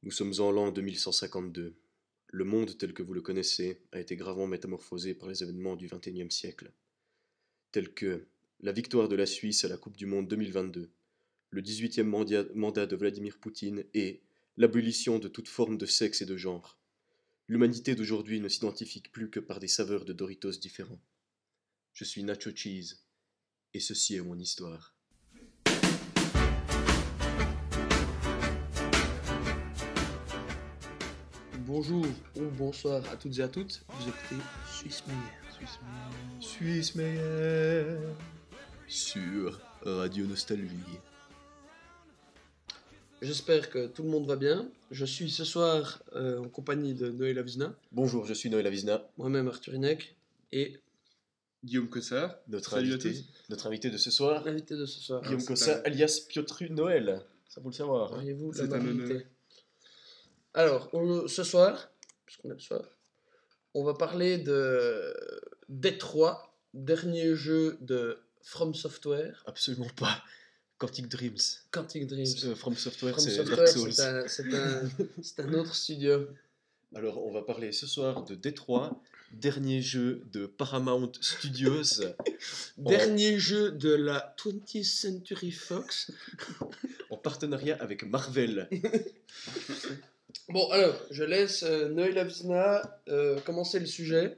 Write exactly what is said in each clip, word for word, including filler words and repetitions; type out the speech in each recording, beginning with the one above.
Nous sommes en l'an deux mille cent cinquante-deux. Le monde tel que vous le connaissez a été gravement métamorphosé par les événements du vingt et unième siècle, tels que la victoire de la Suisse à la Coupe du Monde deux mille vingt-deux, le dix-huitième mandia- mandat de Vladimir Poutine et l'abolition de toute forme de sexe et de genre. L'humanité d'aujourd'hui ne s'identifie plus que par des saveurs de Doritos différents. Je suis Nacho Cheese, et ceci est mon histoire. Bonjour ou bonsoir à toutes et à toutes, vous écoutez Suisse Meilleur. Suisse Meilleur. Suisse meilleur sur Radio Nostalgie. J'espère que tout le monde va bien. Je suis ce soir euh, en compagnie de Noël Avizna, Bonjour, je suis Noël Avizna, moi-même Arthur Hinek, et Guillaume Cossard. notre Salut à invité, tous. notre invité de ce soir, l'invité de ce soir. Guillaume c'est Cossa, un- alias Piotr Noël. Ça faut le savoir. hein. Auriez-vous C'est un l'amabilité. honneur. Alors, on- ce soir, puisqu'on est le soir, on va parler de Détroit, dernier jeu de From Software, Absolument pas. Quantic Dreams. Quantic Dreams. Euh, From Software, From c'est Software, Dark Souls. c'est un, c'est un- c'est un autre studio. Alors, on va parler ce soir de Détroit, dernier jeu de Paramount Studios, Dernier jeu de la twentieth Century Fox. en partenariat avec Marvel. Bon, alors, je laisse euh, Noël Avizna euh, commencer le sujet,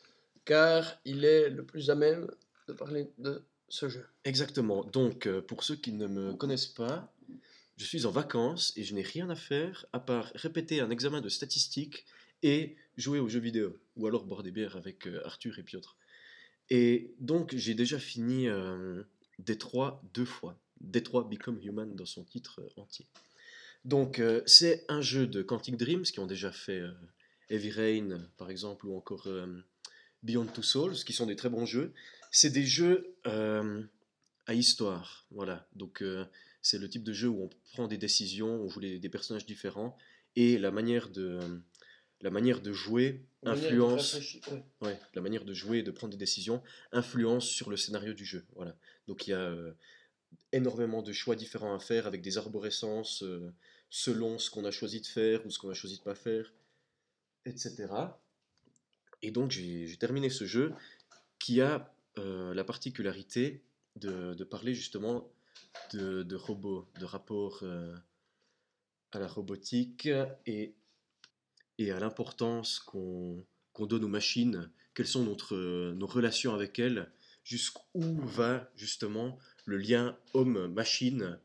car il est le plus à même de parler de ce jeu. Exactement. Donc, euh, pour ceux qui ne me connaissent pas, je suis en vacances et je n'ai rien à faire à part répéter un examen de statistiques et jouer aux jeux vidéo. Ou alors boire des bières avec euh, Arthur et Piotr. Et donc, j'ai déjà fini euh, Détroit deux fois. Détroit Become Human dans son titre euh, entier. Donc, euh, c'est un jeu de Quantic Dreams qui ont déjà fait euh, Heavy Rain, par exemple, ou encore euh, Beyond Two Souls, qui sont des très bons jeux. C'est des jeux euh, à histoire, voilà. Donc, euh, c'est le type de jeu où on prend des décisions, on joue les- des personnages différents, et la manière de, la manière de jouer influence, Réfléchis, ouais. ouais, la manière de jouer et de prendre des décisions influence sur le scénario du jeu, voilà. Donc, il y a euh, énormément de choix différents à faire avec des arborescences euh, selon ce qu'on a choisi de faire ou ce qu'on a choisi de pas faire, et cetera. Et donc j'ai j'ai terminé ce jeu qui a euh, la particularité de, de parler justement de, de robots, de rapport euh, à la robotique et, et à l'importance qu'on qu'on donne aux machines, quelles sont notre, nos relations avec elles, jusqu'où va justement le lien homme-machine,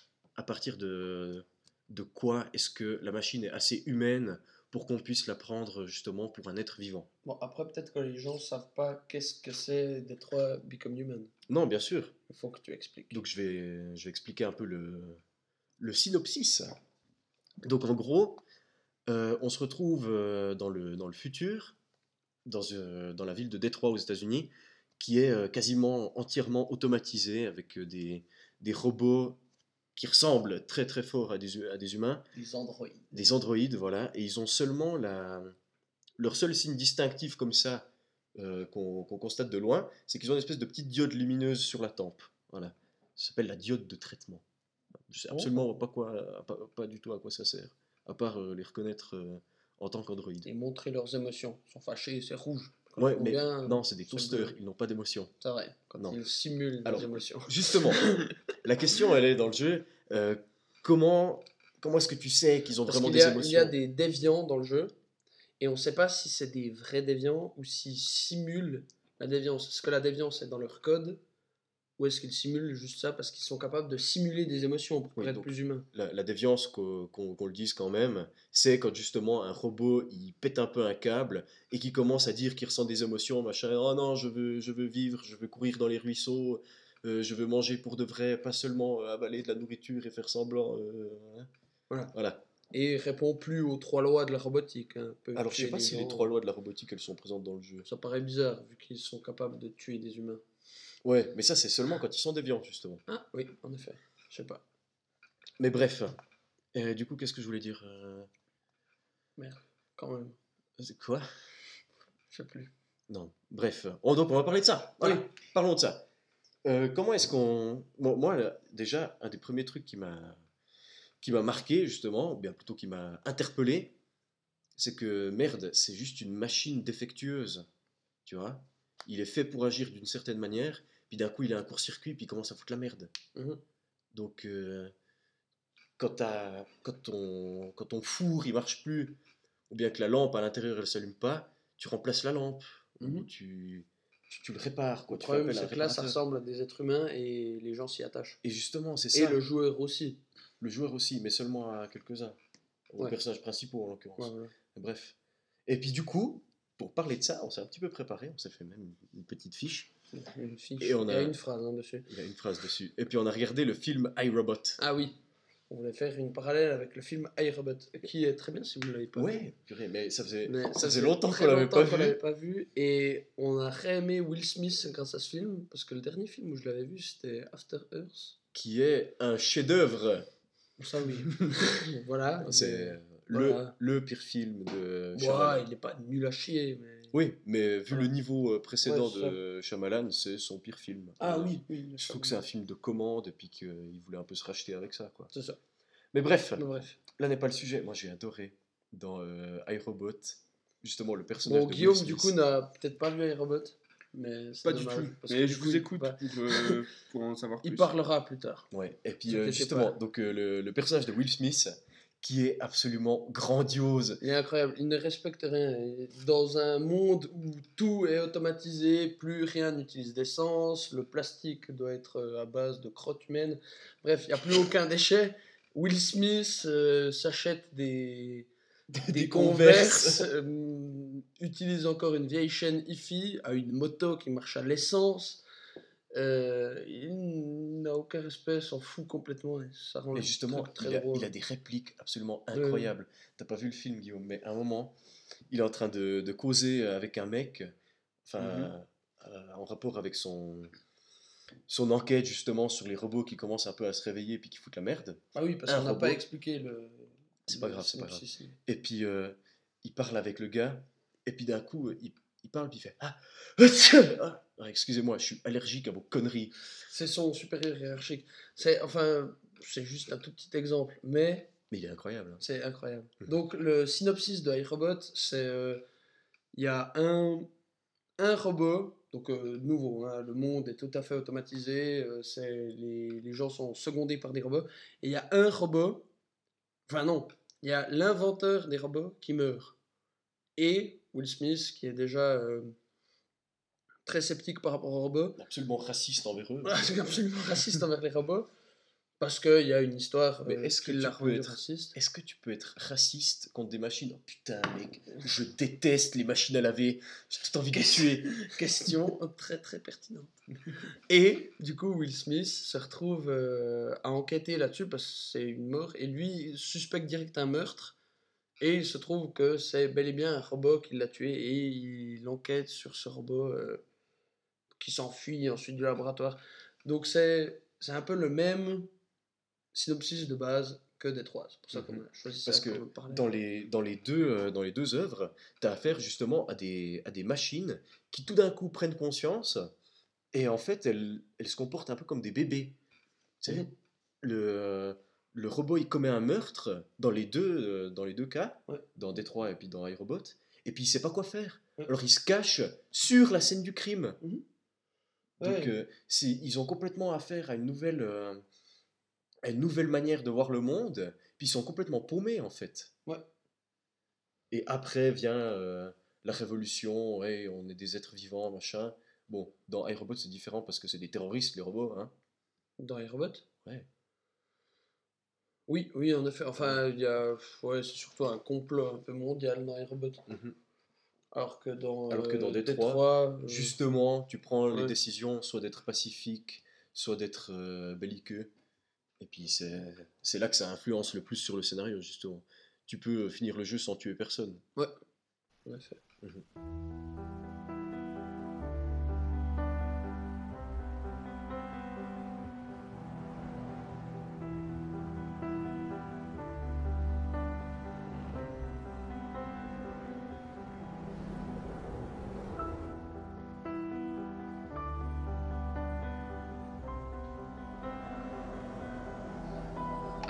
à partir de, de quoi est-ce que la machine est assez humaine pour qu'on puisse la prendre justement pour un être vivant. Bon, après, peut-être que les gens savent pas qu'est-ce que c'est Détroit Become Human. Non, bien sûr. Il faut que tu expliques. Donc je vais, je vais expliquer un peu le, le synopsis. Donc en gros, euh, on se retrouve euh, dans le, dans le futur, dans, euh, dans la ville de Détroit aux États-Unis, qui est euh, quasiment entièrement automatisée avec euh, des, des robots qui ressemblent très très fort à des, hu- à des humains, Les androïdes. des androïdes, voilà, et ils ont seulement la, leur seul signe distinctif comme ça euh, qu'on qu'on constate de loin, c'est qu'ils ont une espèce de petite diode lumineuse sur la tempe, voilà. Ça s'appelle la diode de traitement. Je sais Oh. absolument pas quoi, pas, pas du tout à quoi ça sert, à part euh, les reconnaître euh, en tant qu'androïde. Et montrer leurs émotions. Ils sont fâchés, c'est rouge. Quand Ouais, ils vont mais bien, non, c'est des c'est toasters, bleu. ils n'ont pas d'émotion. C'est vrai, quand Non. ils simulent Alors, des émotions. Justement, la question elle est dans le jeu, euh, comment, comment est-ce que tu sais qu'ils ont Parce vraiment qu'il des y a, il émotions? y a des déviants dans le jeu, et on ne sait pas si c'est des vrais déviants ou s'ils simulent la déviance. Est-ce que la déviance est dans leur code, ou est-ce qu'ils simulent juste ça parce qu'ils sont capables de simuler des émotions pour Oui, paraître donc, plus humains? La, la déviance, qu'on qu'on- qu'on le dise quand même, c'est quand justement un robot il pète un peu un câble et qui commence à dire qu'il ressent des émotions, machin. Oh non, je veux, je veux vivre, je veux courir dans les ruisseaux, euh, je veux manger pour de vrai, pas seulement euh, avaler de la nourriture et faire semblant. euh, hein. Voilà. Voilà. Et il répond plus aux trois lois de la robotique. Hein. Peut Alors je tuer sais pas les si les gens. trois lois de la robotique elles sont présentes dans le jeu. Ça paraît bizarre vu qu'ils sont capables de tuer des humains. Ouais, mais ça c'est seulement quand ils sont déviants justement. Ah oui, en effet. Je sais pas. Mais bref. Euh, du coup, qu'est-ce que je voulais dire euh, Merde, quand même. c'est Quoi? Je sais plus. Non. Bref. Oh, donc on va parler de ça. Voilà. Oui. Parlons de ça. Euh, comment est-ce qu'on... Bon, moi, là, déjà, un des premiers trucs qui m'a qui m'a marqué, justement, ou bien plutôt qui m'a interpellé, c'est que merde, c'est juste une machine défectueuse. Tu vois? Il est fait pour agir d'une certaine manière, puis d'un coup, il a un court-circuit, puis il commence à foutre la merde. Mhm. Donc, euh, quand, t'as- quand, ton, quand ton four, il marche plus, ou bien que la lampe à l'intérieur, elle s'allume pas, tu remplaces la lampe, ou Mhm. tu, tu, tu le répares, quoi. Le Tu fais problème, appel à un c'est que là, ça réparateur. ressemble à des êtres humains et les gens s'y attachent. Et justement, c'est Et ça. le joueur aussi. Le joueur aussi, mais seulement à quelques-uns. Aux Ouais. personnages principaux, en l'occurrence. Ouais, voilà. Bref. Et puis du coup, pour parler de ça, on s'est un petit peu préparé, on s'est fait même une, une petite fiche. Une fiche. Et on Il y a a- une phrase hein, dessus. Il y a une phrase dessus. Et puis on a regardé le film iRobot. Ah oui. On voulait faire une parallèle avec le film iRobot, qui est très bien si vous ne l'avez pas vu. Ouais, purée, mais ça faisait, Mais ça faisait fait longtemps très qu'on l'avait longtemps pas qu'on vu. l'avait pas vu. Et on a réaimé Will Smith grâce à ce film, parce que le dernier film où je l'avais vu, c'était After Earth. Qui est un chef-d'œuvre. Ça oui. Voilà. C'est mais- le, voilà. le pire film de Ouais, Shyamalan. il n'est pas nul à chier, mais... Oui, mais vu Voilà. le niveau euh, précédent Ouais, c'est de Shyamalan, c'est son pire film. Ah Euh, oui, oui. Je trouve que c'est un film de commande et puis qu'il voulait un peu se racheter avec ça, quoi. C'est ça. Mais bref, Mais bref. là n'est pas le sujet. Moi, j'ai adoré dans euh, iRobot, justement, le personnage Bon, de Will Guillaume, Smith. du coup, n'a peut-être pas vu iRobot. Mais c'est Pas du dommage, tout. parce que Mais du je coup, vous il- écoute bah, pour, euh, pour en savoir plus. il parlera plus tard. Ouais. Et puis, Ne euh, t'inquiète justement, pas. donc, euh, le, le personnage de Will Smith, qui est absolument grandiose. Il est incroyable, il ne respecte rien. Et dans un monde où tout est automatisé, plus rien n'utilise d'essence, le plastique doit être euh, à base de crottes humaines, bref, il n'y a plus aucun déchet. Will Smith euh, s'achète des, des, Des Converse, Converse. euh, utilise encore une vieille chaîne hi-fi, a une moto qui marche à l'essence. Euh, il n'a aucun respect, s'en fout complètement. Et ça rend Et le justement, truc très il a, drôle. il a des répliques absolument Ouais. incroyables. T'as pas vu le film, Guillaume, mais à un moment, il est en train de, de causer avec un mec, enfin, Mhm. euh, en rapport avec son, son enquête justement sur les robots qui commencent un peu à se réveiller puis qui foutent la merde. Ah oui, parce Un qu'on n'a robot. pas expliqué le. C'est pas le grave, c'est pas grave. synopsis. Et puis, euh, il parle avec le gars, et puis d'un coup, euh, il, il parle, puis il fait Ah, ah, ah, excusez-moi, je suis allergique à vos conneries. C'est son supérieur hiérarchique. C'est enfin, c'est juste un tout petit exemple, mais Mais il est incroyable. hein. c'est incroyable. Mhm. Donc le synopsis de iRobot, c'est euh, il y a un un robot, donc euh, nouveau, hein, le monde est tout à fait automatisé, euh, c'est les, les gens sont secondés par des robots, et il y a un robot, enfin non, il y a l'inventeur des robots qui meurt, et Will Smith qui est déjà euh, très sceptique par rapport aux robots. Absolument raciste envers eux. Voilà, c'est absolument raciste envers les robots. Parce qu'il y a une histoire Mais euh, est-ce que qui tu l'a peux rendu être- raciste. Est-ce que tu peux être raciste contre des machines? Oh putain, mec, je déteste les machines à laver. J'ai tout envie de les tuer. Question très très pertinente. Et du coup, Will Smith se retrouve euh, à enquêter là-dessus parce que c'est une mort. Et lui il suspecte direct un meurtre. Et il se trouve que c'est bel et bien un robot qui l'a tué. Et il enquête sur ce robot euh, qui s'enfuit ensuite du laboratoire. Donc c'est c'est un peu le même synopsis de base que des trois. C'est pour ça qu'on a choisi Parce ça que comme parallèle. dans les, dans les deux, euh, dans les deux œuvres, tu as affaire justement à des, à des machines qui tout d'un coup prennent conscience et en fait elles, elles se comportent un peu comme des bébés. Tu sais, Mhm. le, le robot il commet un meurtre dans les deux, euh, dans les deux cas, Ouais. dans Détroit et puis dans iRobot, et puis il sait pas quoi faire. Ouais. Alors il se cache sur la scène du crime. Mhm. Donc Ouais. euh, c'est, ils ont complètement affaire à une nouvelle, euh, à une nouvelle manière de voir le monde, puis ils sont complètement paumés en fait. Ouais. Et après vient euh, la révolution, ouais, on est des êtres vivants, machin. Bon, dans iRobot c'est différent parce que c'est des terroristes les robots, hein. Dans iRobot Ouais. Oui, oui, en effet. Enfin, il y a. Ouais, c'est surtout un complot un peu mondial dans iRobot. Mhm. Alors que dans. Alors que dans euh, Détroit, Détroit, euh, Justement, tu prends les ouais. décisions soit d'être pacifique, soit d'être euh, belliqueux. Et puis c'est c'est là que ça influence le plus sur le scénario, justement. Tu peux euh, finir le jeu sans tuer personne. Ouais, en effet.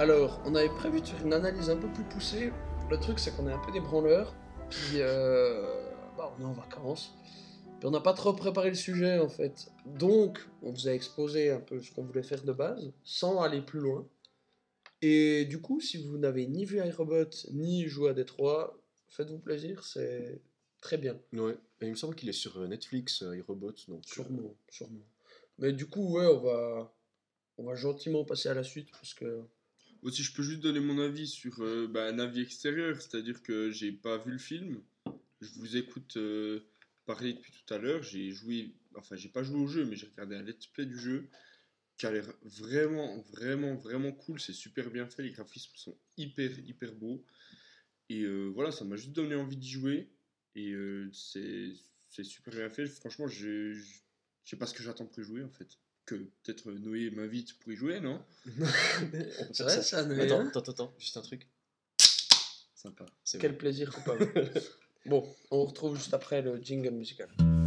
Alors, on avait prévu de faire une analyse un peu plus poussée. Le truc, c'est qu'on est un peu des branleurs. Puis, euh, bah, on est en vacances. Puis, on n'a pas trop préparé le sujet, en fait. Donc, on vous a exposé un peu ce qu'on voulait faire de base, sans aller plus loin. Et du coup, si vous n'avez ni vu iRobot, ni joué à Détroit, faites-vous plaisir, c'est très bien. Ouais. Et il me semble qu'il est sur euh, Netflix, euh, iRobot, donc... euh, Sûrement, sûrement. Mais du coup, ouais, on va, on va gentiment passer à la suite, parce que... Aussi, je peux juste donner mon avis sur euh, bah, un avis extérieur, c'est-à-dire que j'ai pas vu le film. Je vous écoute euh, parler depuis tout à l'heure. J'ai joué, enfin, j'ai pas joué au jeu, mais j'ai regardé un let's play du jeu qui a l'air vraiment, vraiment, vraiment cool. C'est super bien fait. Les graphismes sont hyper, hyper beaux. Et euh, voilà, ça m'a juste donné envie d'y jouer. Et euh, c'est c'est super bien fait. Franchement, je je je sais pas ce que j'attends pour y jouer en fait. Que peut-être Noé m'invite pour y jouer, non? on peut C'est faire vrai, ça, Noé, Attends, hein attends, attends, juste un truc. Sympa. C'est Quel bon. plaisir coupable. Bon, on vous retrouve juste après le jingle musical.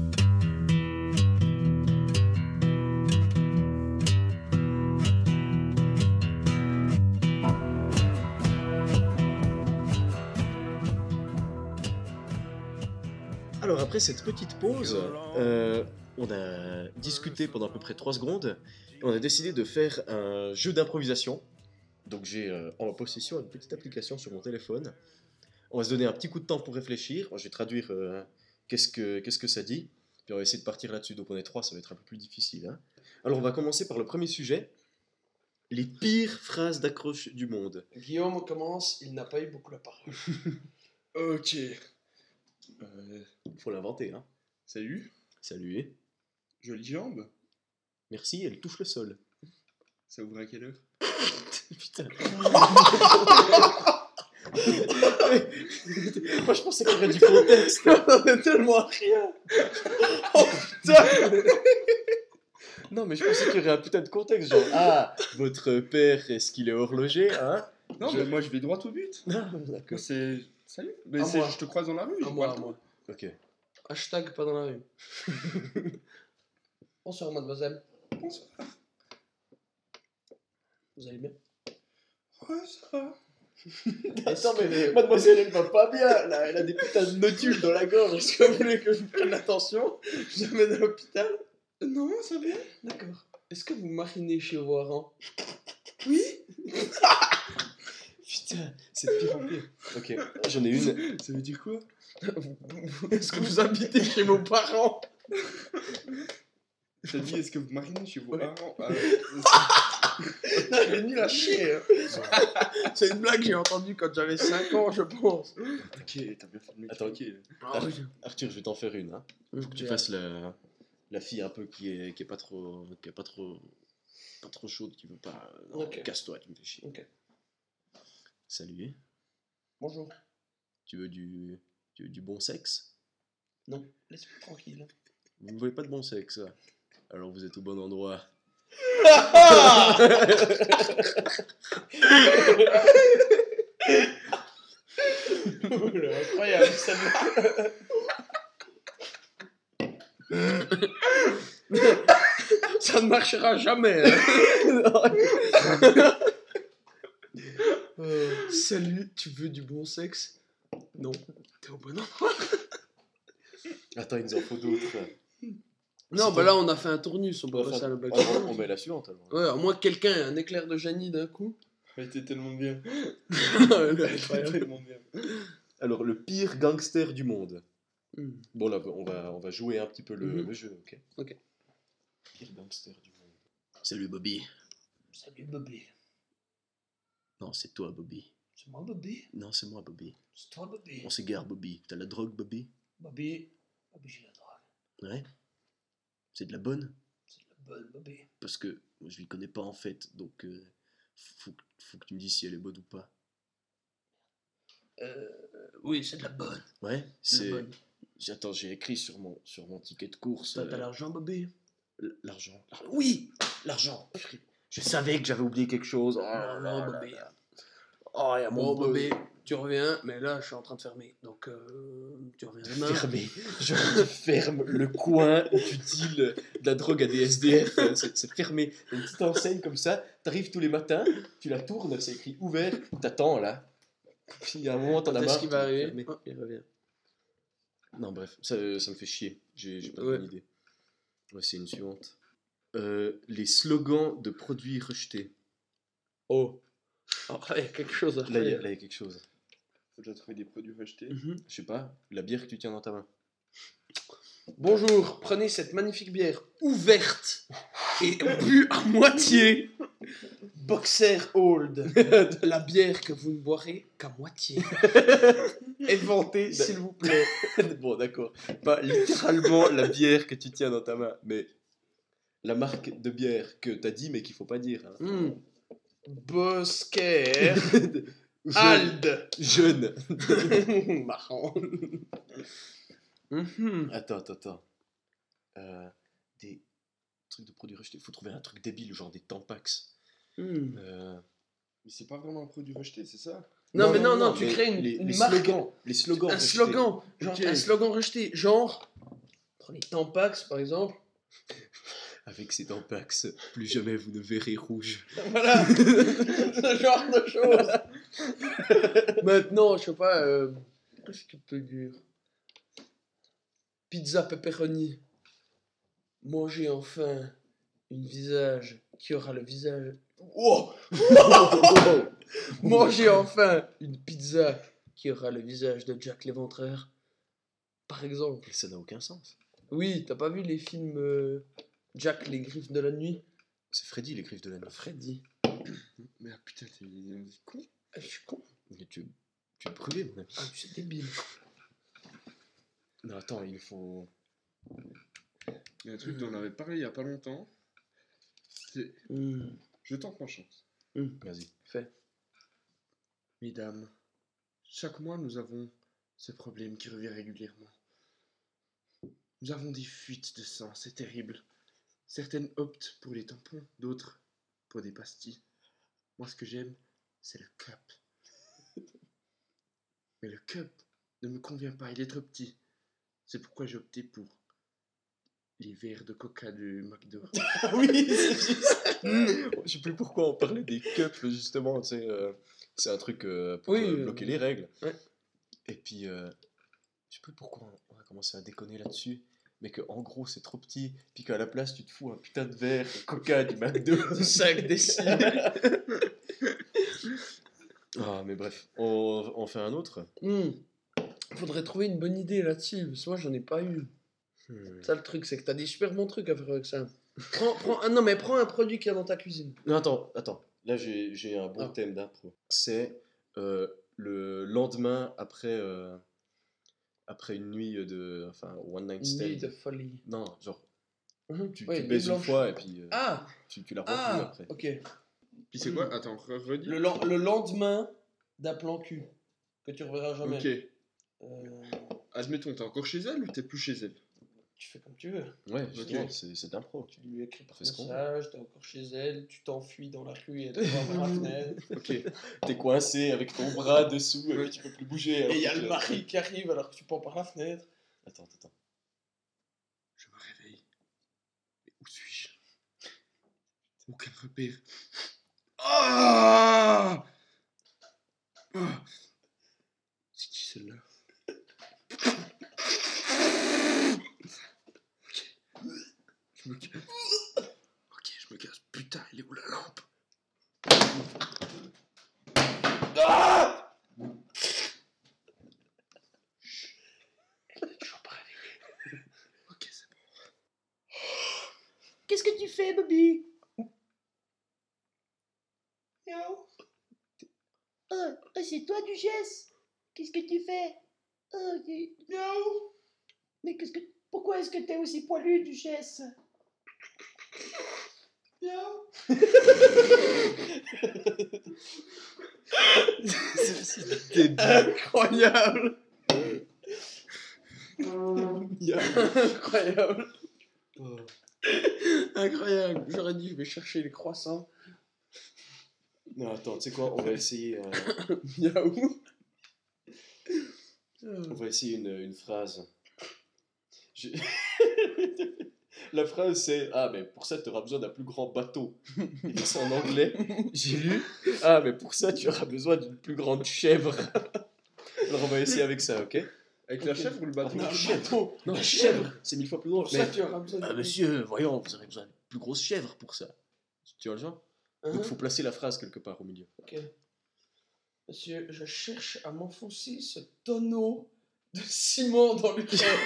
Alors après cette petite pause, euh, on a discuté pendant à peu près trois secondes et on a décidé de faire un jeu d'improvisation. Donc j'ai euh, en possession une petite application sur mon téléphone. On va se donner un petit coup de temps pour réfléchir. Moi, je vais traduire euh, qu'est-ce que qu'est-ce que ça dit. Puis on va essayer de partir là-dessus. Donc on est trois, ça va être un peu plus difficile, hein. Alors on va commencer par le premier sujet. Les pires phrases d'accroche du monde. Guillaume commence, il n'a pas eu beaucoup la parole. Ok. Euh, Faut l'inventer, hein. salut, Salut. jolie jambe. Merci, elle touche le sol. Ça ouvre à quelle heure? Putain. Moi je pensais qu'il y aurait du contexte. On est tellement à rien. Oh putain. Non mais je pensais qu'il y aurait un putain de contexte, genre ah, votre père, est-ce qu'il est horloger, hein? Non, Je- mais moi je vais droit au but. Non, d'accord. C'est. Salut. Mais À c'est- moi. je te croise dans la rue. À j'ai moi, pas à le temps. moi. Ok. Hashtag pas dans la rue. Bonsoir, mademoiselle. Bonsoir. Vous allez bien? Ouais, ça va. Attends mais mademoiselle elle va pas bien, là, elle a des putains de nodules dans la gorge. Est-ce que vous voulez que je vous prenne l'attention? Je vous amène à l'hôpital? Non, ça va. D'accord. Est-ce que vous marinez chez vos parents? Oui. Putain, c'est de pire en pire. Ok, j'en ai une. Ça veut dire quoi? Est-ce que vous habitez chez vos parents? T'as dit, est-ce que vous marinez chez vos Ouais. parents? Ah, J'ai nul à chier. hein. C'est une blague que j'ai entendue quand j'avais cinq ans, je pense. ok, t'as bien fait de Attends. m'expliquer. Ah oui. Arthur, je vais t'en faire une, hein. Faut que tu Ok. fasses la, la fille un peu qui est, qui est pas trop, qui est pas trop, pas trop chaude, qui veut pas. Non, Ok. casse-toi, tu me fais chier. Ok. Salut. Bonjour. Tu veux du, tu veux du bon sexe? Non, laisse-moi tranquille. Vous ne voulez pas de bon sexe? Alors vous êtes au bon endroit. Incroyable, celle-là. Ça ne marchera jamais. hein. Euh, salut, tu veux du bon sexe? Non. T'es au bon endroit. Attends, il nous en faut d'autres. Non, C'est bah toi. là on a fait un tournus, on peut Enfin, passer à la blague. ah, on, on met la suivante alors. Ouais, à moins que quelqu'un ait un éclair de génie d'un coup. Ça a été tellement bien. Incroyable. tellement bien. Alors, le pire gangster du monde. Hmm. Bon, là, on va, on va jouer un petit peu le, Mhm. le jeu, ok? Ok. Pire gangster du monde. Salut Bobby. Salut Bobby. Non, c'est toi, Bobby. C'est moi Bobby. Non, c'est moi, Bobby. C'est toi Bobby. On s'égare, Bobby. T'as la drogue, Bobby? Bobby. Bobby, j'ai la drogue. Ouais. C'est de la bonne? C'est de la bonne Bobby. Parce que moi, je m'y connais pas en fait, donc euh, faut, que- faut que tu me dises si elle est bonne ou pas. Euh, oui, c'est de la bonne. Ouais, C'est de c'est. la bonne. Attends, j'ai écrit sur mon, sur mon ticket de course. T'as t'as euh, l'argent Bobby? l- L'argent. L'ar- Oui, l'argent. Je savais que j'avais oublié quelque chose. Oh là Non, là Bobby. là. Oh, il y a Bon, mon bébé, tu reviens, mais là, je suis en train de fermer. Donc, euh, tu reviens demain. Fermé. Je ferme le coin où tu deals de la drogue à des S D F. euh, C'est c'est fermé. T'as une petite enseigne comme ça. T'arrives tous les matins, tu la tournes, c'est écrit ouvert. T'attends là. Puis il y a un moment, t'en as Qu'est-ce marre. qui tu va vas arriver fermer. Oh, il revient. Non, bref, ça, ça me fait chier. J'ai j'ai pas de Ouais. bonne idée. Ouais, c'est une suivante. Euh, les slogans de produits rejetés. Oh. Oh, il y a quelque chose à Là, il y, a- faire. là, il y a quelque chose. Faut déjà trouver des produits rejetés. Mhm. Je sais pas, la bière que tu tiens dans ta main. Bonjour, prenez cette magnifique bière ouverte et bu à moitié. Boxer Old, la bière que vous ne boirez qu'à moitié. Inventée, s'il vous plaît. Bon, d'accord. Pas littéralement la bière que tu tiens dans ta main, mais la marque de bière que t'as dit, mais qu'il faut pas dire. hein. Hmm. Bosker Jeune. Ald. Jeune. Marrant. Mhm. Attends, attends, attends. Euh, des trucs de produits rejetés. Faut trouver un truc débile, genre des Tampax. Hmm. Euh, Mais c'est pas vraiment un produit rejeté, c'est ça? Non, mais non, non, tu mais crées une, les, une les marque. slogans. Les slogans Un rejetés. slogan. Genre, Ok. un slogan rejeté. Genre, prenez Tampax par exemple. Avec ces Tampax, plus jamais vous ne verrez rouge. Voilà. Ce genre de choses. Maintenant, je sais pas. Euh, Qu'est-ce que tu peux dire? Pizza pepperoni. Mangez enfin une visage qui aura le visage. Oh. Mangez enfin une pizza qui aura le visage de Jack l'Éventreur. Par exemple. Mais ça n'a aucun sens. Oui, t'as pas vu les films euh, Jack les griffes de la nuit? C'est Freddy, les griffes de la nuit. Freddy. Mais ah, putain, t'es t'es con. Ah, je suis con. Mais tu, tu es brûlé, mon ami. Ah, c'est débile. Non, attends, il faut... Il y a un truc dont on avait parlé il y a pas longtemps. C'est. Hmm. Je tente ma chance. Vas-y. Fait. Mesdames, chaque mois nous avons ce problème qui revient régulièrement. Nous avons des fuites de sang, c'est terrible. Certaines optent pour les tampons, d'autres pour des pastilles. Moi, ce que j'aime, c'est le cup. Mais le cup ne me convient pas, il est trop petit. C'est pourquoi j'ai opté pour les verres de coca du McDo. Ah oui, c'est juste. Je sais plus pourquoi on parlait des cups, justement. Tu sais, euh, c'est un truc euh, pour Oui, euh, euh, bloquer les règles. ouais. Et puis, euh, je sais plus pourquoi on a commencé à déconner là-dessus. Mais que en gros, c'est trop petit. Puis qu'à la place, tu te fous un putain de verre coca du McDo. Sac décis. Ah, mais bref, on, on fait un autre. Hmm. Faudrait trouver une bonne idée là-dessus, parce que moi j'en ai pas eu. Hmm. Ça, le truc, c'est que t'as des super bons trucs à faire avec ça. Prends, prends, ah non, mais prends un produit qu'il y a dans ta cuisine. Non, attends, attends. Là, j'ai j'ai un bon Ah. thème d'impro. C'est euh, le lendemain après, euh, après une nuit de. Enfin, one night Une stand. nuit de folie. Non, genre, Mhm. tu, Ouais, tu une baises nuit une blanche. fois et puis euh, Ah, tu, tu la revois plus ah, après. ok. Puis c'est quoi? Attends, re- redis. Le, lan- le lendemain d'un plan cul que tu reverras jamais. Ok. Euh, Admettons, t'es encore chez elle ou t'es plus chez elle? tu fais comme tu veux. Ouais, justement, Ok. c'est c'est d'impro. Tu lui écris par Fais ce qu'on veut. message, t'es encore chez elle, tu t'enfuis dans la rue et tu vois par la fenêtre. Ok. T'es coincé avec ton bras dessous et tu peux plus bouger. alors Et il y a que le tu- mari qui arrive alors que tu pends par la fenêtre. Attends, attends. Je me réveille. Mais où suis-je? Aucun repère. Ah Ah C'est qui celle-là? Ok. Je me casse. Ok, je me casse. Putain, elle est où la lampe? Ah Elle est toujours pas réveillée. Ok, c'est bon. Qu'est-ce que tu fais, Bobby? Miaou. Oh, oh, c'est toi, Duchesse? Qu'est-ce que tu fais? Oh, tu- Miaou. mais qu'est-ce que... pourquoi est-ce que t'es aussi poilu, Duchesse? Miaou. C'est débile. Incroyable. Incroyable. Oh. Incroyable. J'aurais dit, je vais chercher les croissants. Non, attends, tu sais quoi, on va essayer, euh, Miaou. on va essayer une, une phrase. Je- La phrase c'est ah mais pour ça tu auras besoin d'un plus grand bateau. Il dit ça en anglais. J'ai lu ah mais pour ça tu auras besoin d'une plus grande chèvre. Alors on va essayer avec ça, ok? Avec la chèvre ou le bateau? Non, Un chèvre. bateau. Non, chèvre, c'est mille fois plus drôle. Pour ça, Mais tu auras besoin ah, de... monsieur, voyons, vous aurez besoin d'une plus grosse chèvre pour ça. Tu vois le genre? Hein? Donc il faut placer la phrase quelque part au milieu. Ok. Monsieur, je cherche à m'enfoncer ce tonneau de ciment dans le cœur.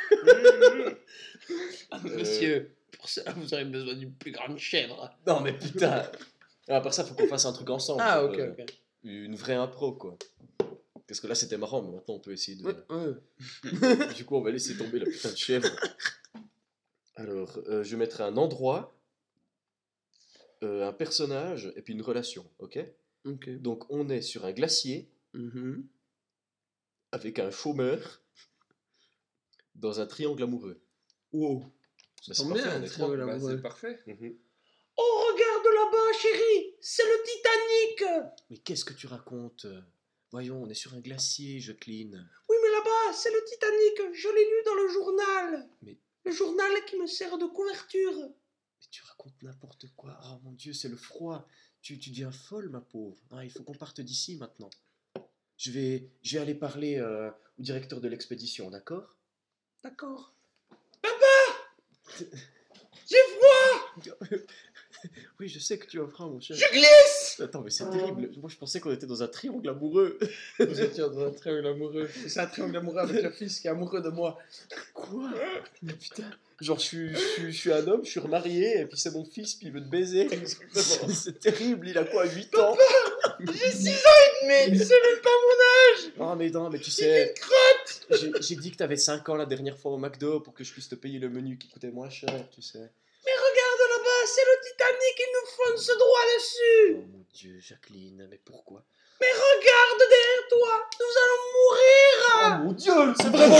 Ah, monsieur, pour ça, vous aurez besoin d'une plus grande chèvre. Non mais putain. Ah, à part ça, faut qu'on fasse un truc ensemble. Ah, genre, ok, euh, ok. Une vraie impro quoi. Parce que là c'était marrant, mais maintenant on peut essayer de. Ouais, ouais. Du coup, on va laisser tomber la putain de chèvre. Alors, euh, je vais mettre un endroit, euh, un personnage et puis une relation, ok? Ok. Donc, on est sur un glacier Mhm. avec un chômeur dans un triangle amoureux. Wow. Bah, c'est tombe parfait, bien, on un est triangle trois. Bah, amoureux. c'est parfait. Mhm. Oh, regarde là-bas, chérie, c'est le Titanic. Mais qu'est-ce que tu racontes? Voyons, on est sur un glacier, Jacqueline. Oui, mais là-bas, c'est le Titanic. Je l'ai lu dans le journal. Mais- Le journal qui me sert de couverture. Mais tu racontes n'importe quoi. Oh mon Dieu, c'est le froid. Tu, tu deviens folle, ma pauvre. Ah, il faut qu'on parte d'ici maintenant. Je vais, je vais aller parler euh, au directeur de l'expédition, d'accord? D'accord. Papa, j'ai froid. Oui, je sais que tu as froid, mon cher. Je glisse. Attends, mais c'est terrible. Moi, je pensais qu'on était dans un triangle amoureux. Vous étiez dans un triangle amoureux. C'est un triangle amoureux avec le fils qui est amoureux de moi. Quoi? Mais putain. Genre, je suis, je, suis, je suis un homme, je suis remarié, et puis c'est mon fils, puis il veut te baiser. C'est c'est terrible, il a quoi, huit ans? J'ai six ans et demi. C'est même pas mon âge. Oh, mais non, mais tu sais. J'ai j'ai dit que t'avais cinq ans la dernière fois au McDo pour que je puisse te payer le menu qui coûtait moins cher, tu sais. Mais regarde là-bas, c'est le Titanic. Il nous fonce droit dessus. Oh mon Dieu, Jacqueline, mais pourquoi? Mais regarde derrière toi. Nous allons mourir. Oh mon Dieu, c'est vraiment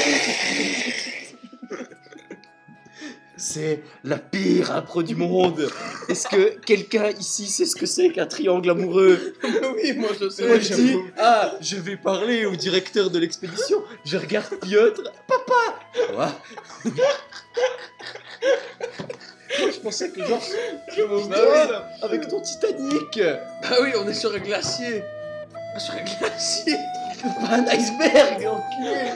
le Titanic. C'est la pire impro du monde. Est-ce que quelqu'un ici sait ce que c'est qu'un triangle amoureux? Oui, moi je sais. Moi je dis, ah, je vais parler au directeur de l'expédition. Je regarde Piotr. Papa. Quoi? Moi je pensais que genre, je me Bah avec ton Titanic. Bah oui, on est sur un glacier. Sur un glacier. Pas un iceberg, enculé.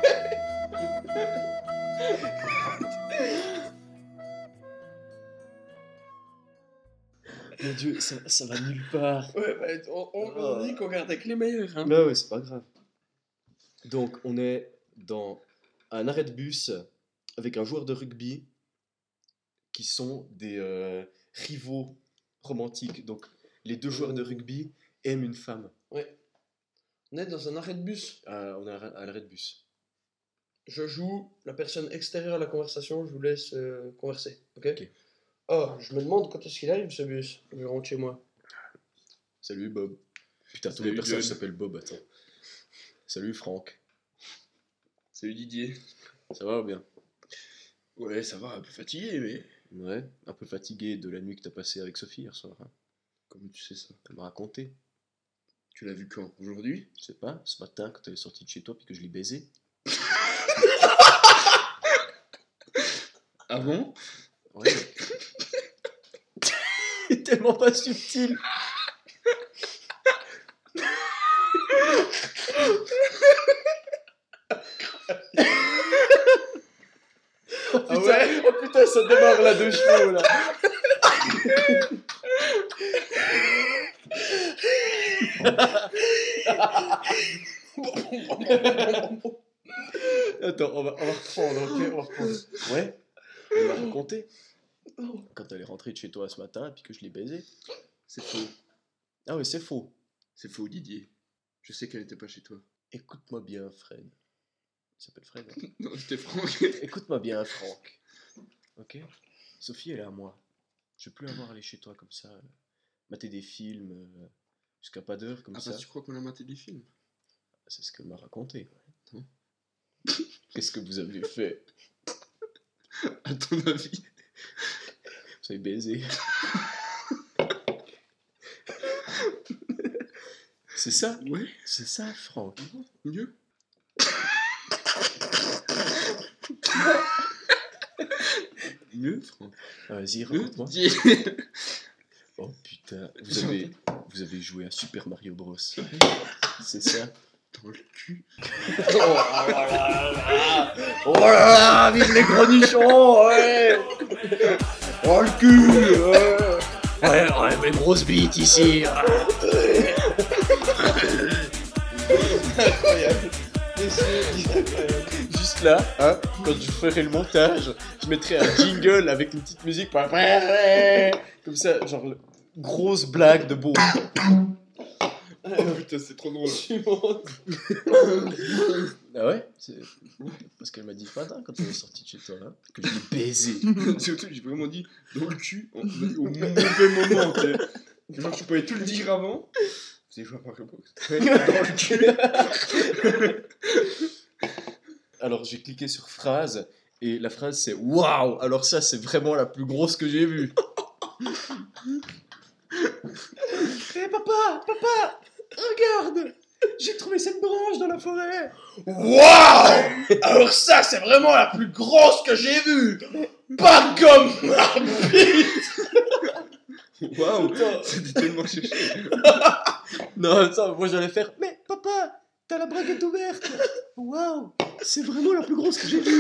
Mon Dieu, ça, ça va nulle part. Ouais, bah, on, on, on dit qu'on garde avec les meilleurs. Hein. Bah ouais, c'est pas grave. Donc, on est dans un arrêt de bus avec un joueur de rugby qui sont des euh, rivaux romantiques. Donc, les deux joueurs de rugby aiment une femme. Ouais. On est dans un arrêt de bus. Euh, on est à à l'arrêt de bus. Je joue la personne extérieure à la conversation, je vous laisse euh, converser. Ok. Ok. Oh, je me demande quand est-ce qu'il arrive ce bus. Je rentre chez moi. Salut Bob. Putain, tous Salut, les personnages John. s'appellent Bob, attends. Salut Franck. Salut Didier. Ça va ou bien? Ouais, ça va, un peu fatigué, mais. Ouais, un peu fatigué de la nuit que t'as passée avec Sophie hier soir. Hein. Comment tu sais ça? Elle m'a raconté. Tu l'as vu quand? Aujourd'hui? Je sais pas, ce matin quand elle est sortie de chez toi puis que je l'ai baisé. Ah bon? Ouais. C'est tellement pas subtil. Oh putain, Ah ouais oh putain, ça démarre là de chevaux là. Attends, on va, on va reprendre, ok, on va reprendre. Ouais, elle m'a raconté quand elle est rentrée de chez toi ce matin et puis que je l'ai baisée. C'est faux. Ah oui, c'est faux. C'est faux, Didier. Je sais qu'elle n'était pas chez toi. Écoute-moi bien, Fred. Il s'appelle Fred. Hein. Non, c'était Franck. Écoute-moi bien, Franck. Ok? Sophie, elle est à moi. Je veux plus avoir à aller chez toi comme ça, euh, mater des films euh, jusqu'à pas d'heure comme Ah, ça. parce que tu crois qu'on a maté des films? C'est ce qu'elle m'a raconté. Ouais. Qu'est-ce que vous avez fait? À ton avis? Vous avez baisé. C'est ça, Ouais, c'est ça, Franck. mieux. Mieux, Franck. Ah, Vas-y, Mieux. raconte-moi. Dis. Oh putain, vous avez, vous avez joué à Super Mario Bros. C'est ça. Dans le cul. Oh là là là. Oh là là, vive les gros nichons, ouais. Oh le cul, ouais. Ouais, ouais, mes grosses bites ici. Incroyable. Juste là, hein, quand je ferai le montage, je mettrai un jingle avec une petite musique. Comme ça, genre, le- grosse blague de beau. Oh putain, c'est trop drôle. Ah ouais c'est... Parce qu'elle m'a dit ce matin quand elle est sortie de chez toi, hein, que je l'ai baisé. Surtout, j'ai vraiment dit dans le cul, en- au mauvais moment, tu sais. Genre, je pouvais tout le dire avant. Vous avez joué à Mario Bros. Ouais, dans le cul. Alors j'ai cliqué sur phrase et la phrase c'est waouh. Alors ça c'est vraiment la plus grosse que j'ai vue. Hé papa, papa, regarde, j'ai trouvé cette branche dans la forêt. Waouh. Alors ça c'est vraiment la plus grosse que j'ai vue. Pas comme ma bite. Waouh, c'était tellement cherché. Non attends, moi j'allais faire. Mais papa, t'as la braguette ouverte. Waouh, c'est vraiment la plus grosse que j'ai vue.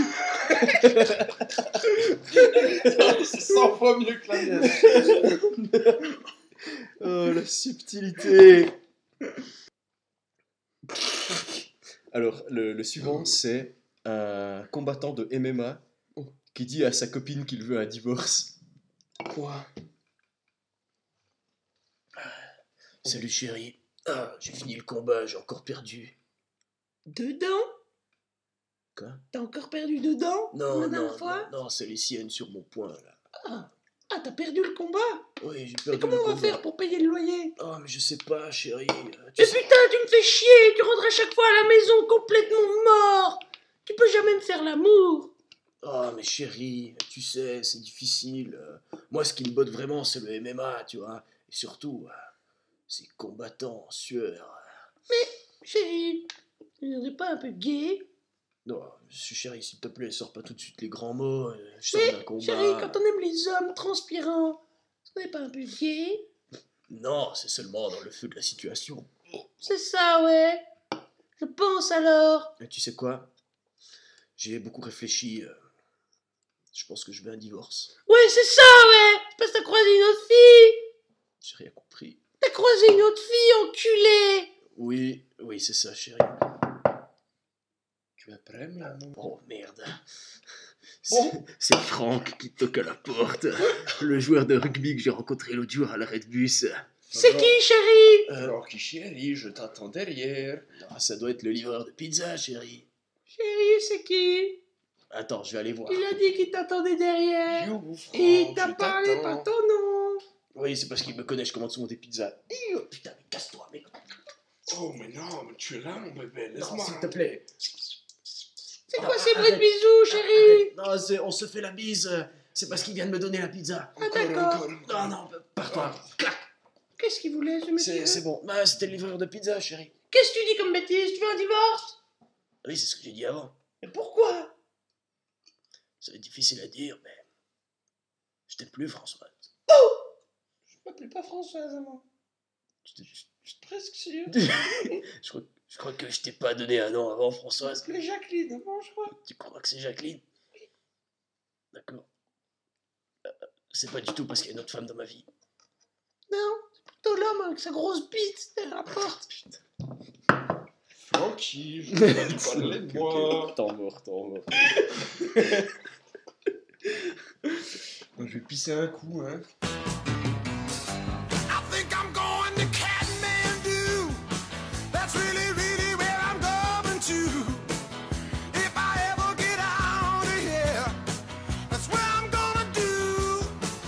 C'est cent fois mieux que la mienne. Oh, la subtilité. Alors, le, le suivant, c'est un combattant de M M A qui dit à sa copine qu'il veut un divorce. Quoi? Salut chérie. Ah, j'ai fini le combat, j'ai encore perdu. Dedans? Quoi? T'as encore perdu dedans? Non, la non, dernière fois? non, non, c'est les siennes sur mon poing, là. Ah, ah t'as perdu le combat? Oui, j'ai Et perdu comment le on va combat. faire pour payer le loyer? Oh, mais je sais pas, chérie. euh, tu Mais sais- putain, tu me fais chier! Tu rentres à chaque fois à la maison complètement mort! Tu peux jamais me faire l'amour! Oh, mais chérie, tu sais, c'est difficile. euh. Moi, ce qui me botte vraiment, c'est le M M A, tu vois. Et surtout, euh, ces combattants en sueur. Chérie, tu n'es pas un peu gay? Non, chérie, s'il te plaît, sors pas tout de suite les grands mots. euh, Je sors Mais, d'un combat. chérie, quand on aime les hommes transpirants, ce n'est pas un peu gay? Non, c'est seulement dans le feu de la situation. C'est ça, ouais. Je pense alors. Et tu sais quoi? J'ai beaucoup réfléchi. euh, Je pense que je veux un divorce. Ouais, c'est ça, ouais. C'est parce que t'as croisé une autre fille. J'ai rien compris. T'as croisé une autre fille, enculé. Oui, oui, c'est ça, chérie. Tu es prêt, mon amour? Oh merde. C'est c'est Franck qui toque à la porte. Le joueur de rugby que j'ai rencontré l'autre jour à l'arrêt de bus. C'est qui, chérie? Euh, Alors, qui chérie, je t'attends derrière. ah, ça doit être le livreur de pizza, chérie. Chérie, c'est qui? Attends, je vais aller voir. Il a dit qu'il t'attendait derrière. Yo, Franck, Et il t'a je parlé t'attends. par ton nom. Oui, c'est parce qu'il me connaît, je commande souvent des pizzas. Ih, oh, putain, mais casse-toi, mec. Oh, mais non, mais tu es là, mon bébé, Non, laisse-moi. s'il te plaît. C'est quoi ces bruits de bisous, chérie? Non, c'est- on se fait la bise. C'est parce qu'il vient de me donner la pizza. Ah, d'accord. Non, non, pars-toi. Clac. Qu'est-ce qu'il voulait, ce monsieur? C'est c'est bon. Non, c'était le livreur de pizza, chérie. Qu'est-ce que tu dis comme bêtise? Tu veux un divorce? Oui, c'est ce que j'ai dit avant. Mais pourquoi? C'est difficile à dire, mais... Je t'aime plus, Françoise. Je m'appelle pas Françoise, maman. Je, te- je- Je suis presque sûre. je crois, je crois que je t'ai pas donné un nom avant, Françoise. Mais Jacqueline, maman, je crois. Tu crois que c'est Jacqueline? D'accord. Euh, C'est pas du tout parce qu'il y a une autre femme dans ma vie. Non, c'est plutôt l'homme avec sa grosse bite derrière la porte. Francky, je t'ai dit parler de moi. T'en mort, t'en mort. Je vais pisser un coup, hein. I think I'm going to Kathmandu. That's really, really where I'm going to. If I ever get out of here, that's where I'm gonna do.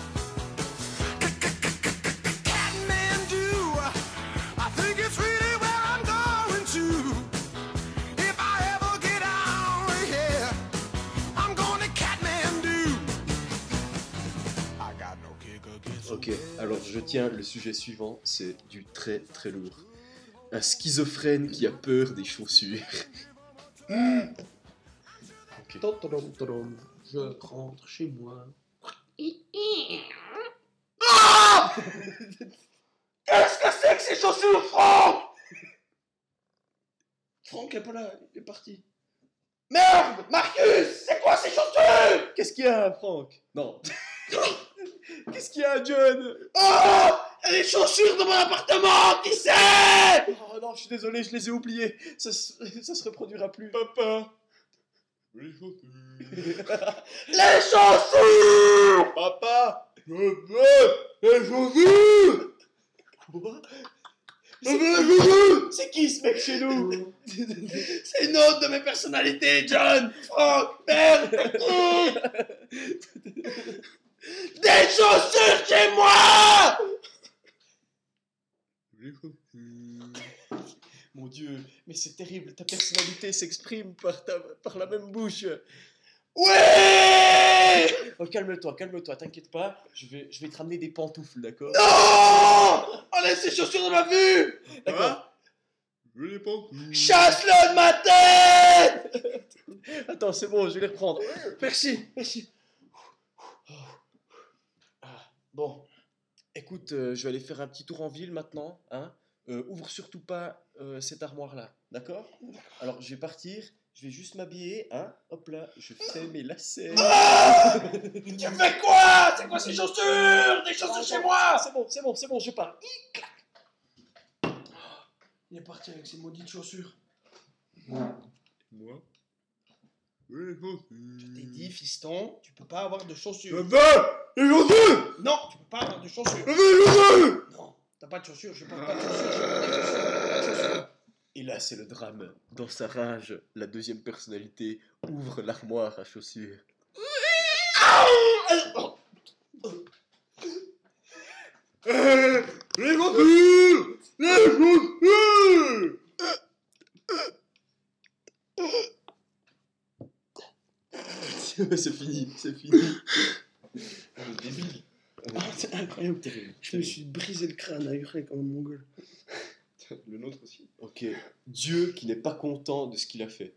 Kathmandu. I think it's really where I'm going to. If I ever get out of here, I'm going to Kathmandu. I got no kick against. Ok, alors je tiens le sujet suivant, c'est du très très lourd. Un schizophrène qui a peur des chaussures. Ok. Totolom, tolom. Je rentre chez moi. Qu'est-ce que c'est que ces chaussures, Franck? Franck est pas là, il est parti. Merde, Marcus, c'est quoi ces chaussures? Qu'est-ce qu'il y a, Franck? Non. Qu'est-ce qu'il y a, John? Oh, il y a des chaussures dans mon appartement, qui c'est? Oh non, je suis désolé, je les ai oubliées. Ça, se- ça se reproduira plus. Papa. Les chaussures. Les chaussures! Papa! Les chaussures. Quoi? Les chaussures! C'est qui ce mec chez nous? C'est une autre de mes personnalités, John! Franck, merde! Des chaussures chez moi! Les chaussures. Mon Dieu, mais c'est terrible, ta personnalité s'exprime par, ta, par la même bouche. Ouais! Oh, calme-toi, calme-toi, t'inquiète pas, je vais, je vais te ramener des pantoufles, d'accord? Non! Enlève ces chaussures de ma vue! D'accord. Je les pense. Chasse-le de ma tête! Attends, c'est bon, je vais les reprendre. Merci, merci. Ah, bon, écoute, euh, je vais aller faire un petit tour en ville maintenant, hein. Euh, ouvre surtout pas euh, cette armoire-là, d'accord? Alors, je vais partir, je vais juste m'habiller, hein. Hop là, je fais mes lacets. Ah! Tu fais quoi? C'est quoi ces chaussures? Des chaussures chez moi! C'est bon, c'est bon, c'est bon, je pars. Il est parti avec ses maudites chaussures. Moi. Les chaussures. Je t'ai dit, fiston, tu peux pas avoir de chaussures. Papa. Les chaussures. Non, tu peux pas avoir de chaussures. Les chaussures. Non, t'as pas de chaussures, je porte pas de chaussures, je porte des chaussures, pas de chaussures. Et là, c'est le drame. Dans sa rage, la deuxième personnalité ouvre l'armoire à chaussures. Euh, Les chaussures. Les chaussures. C'est fini, c'est fini. Le débile. Ah, c'est incroyable. Terrible. Je me suis brisé le crâne à hurler comme un mongol. Le nôtre aussi. Ok. Dieu qui n'est pas content de ce qu'il a fait.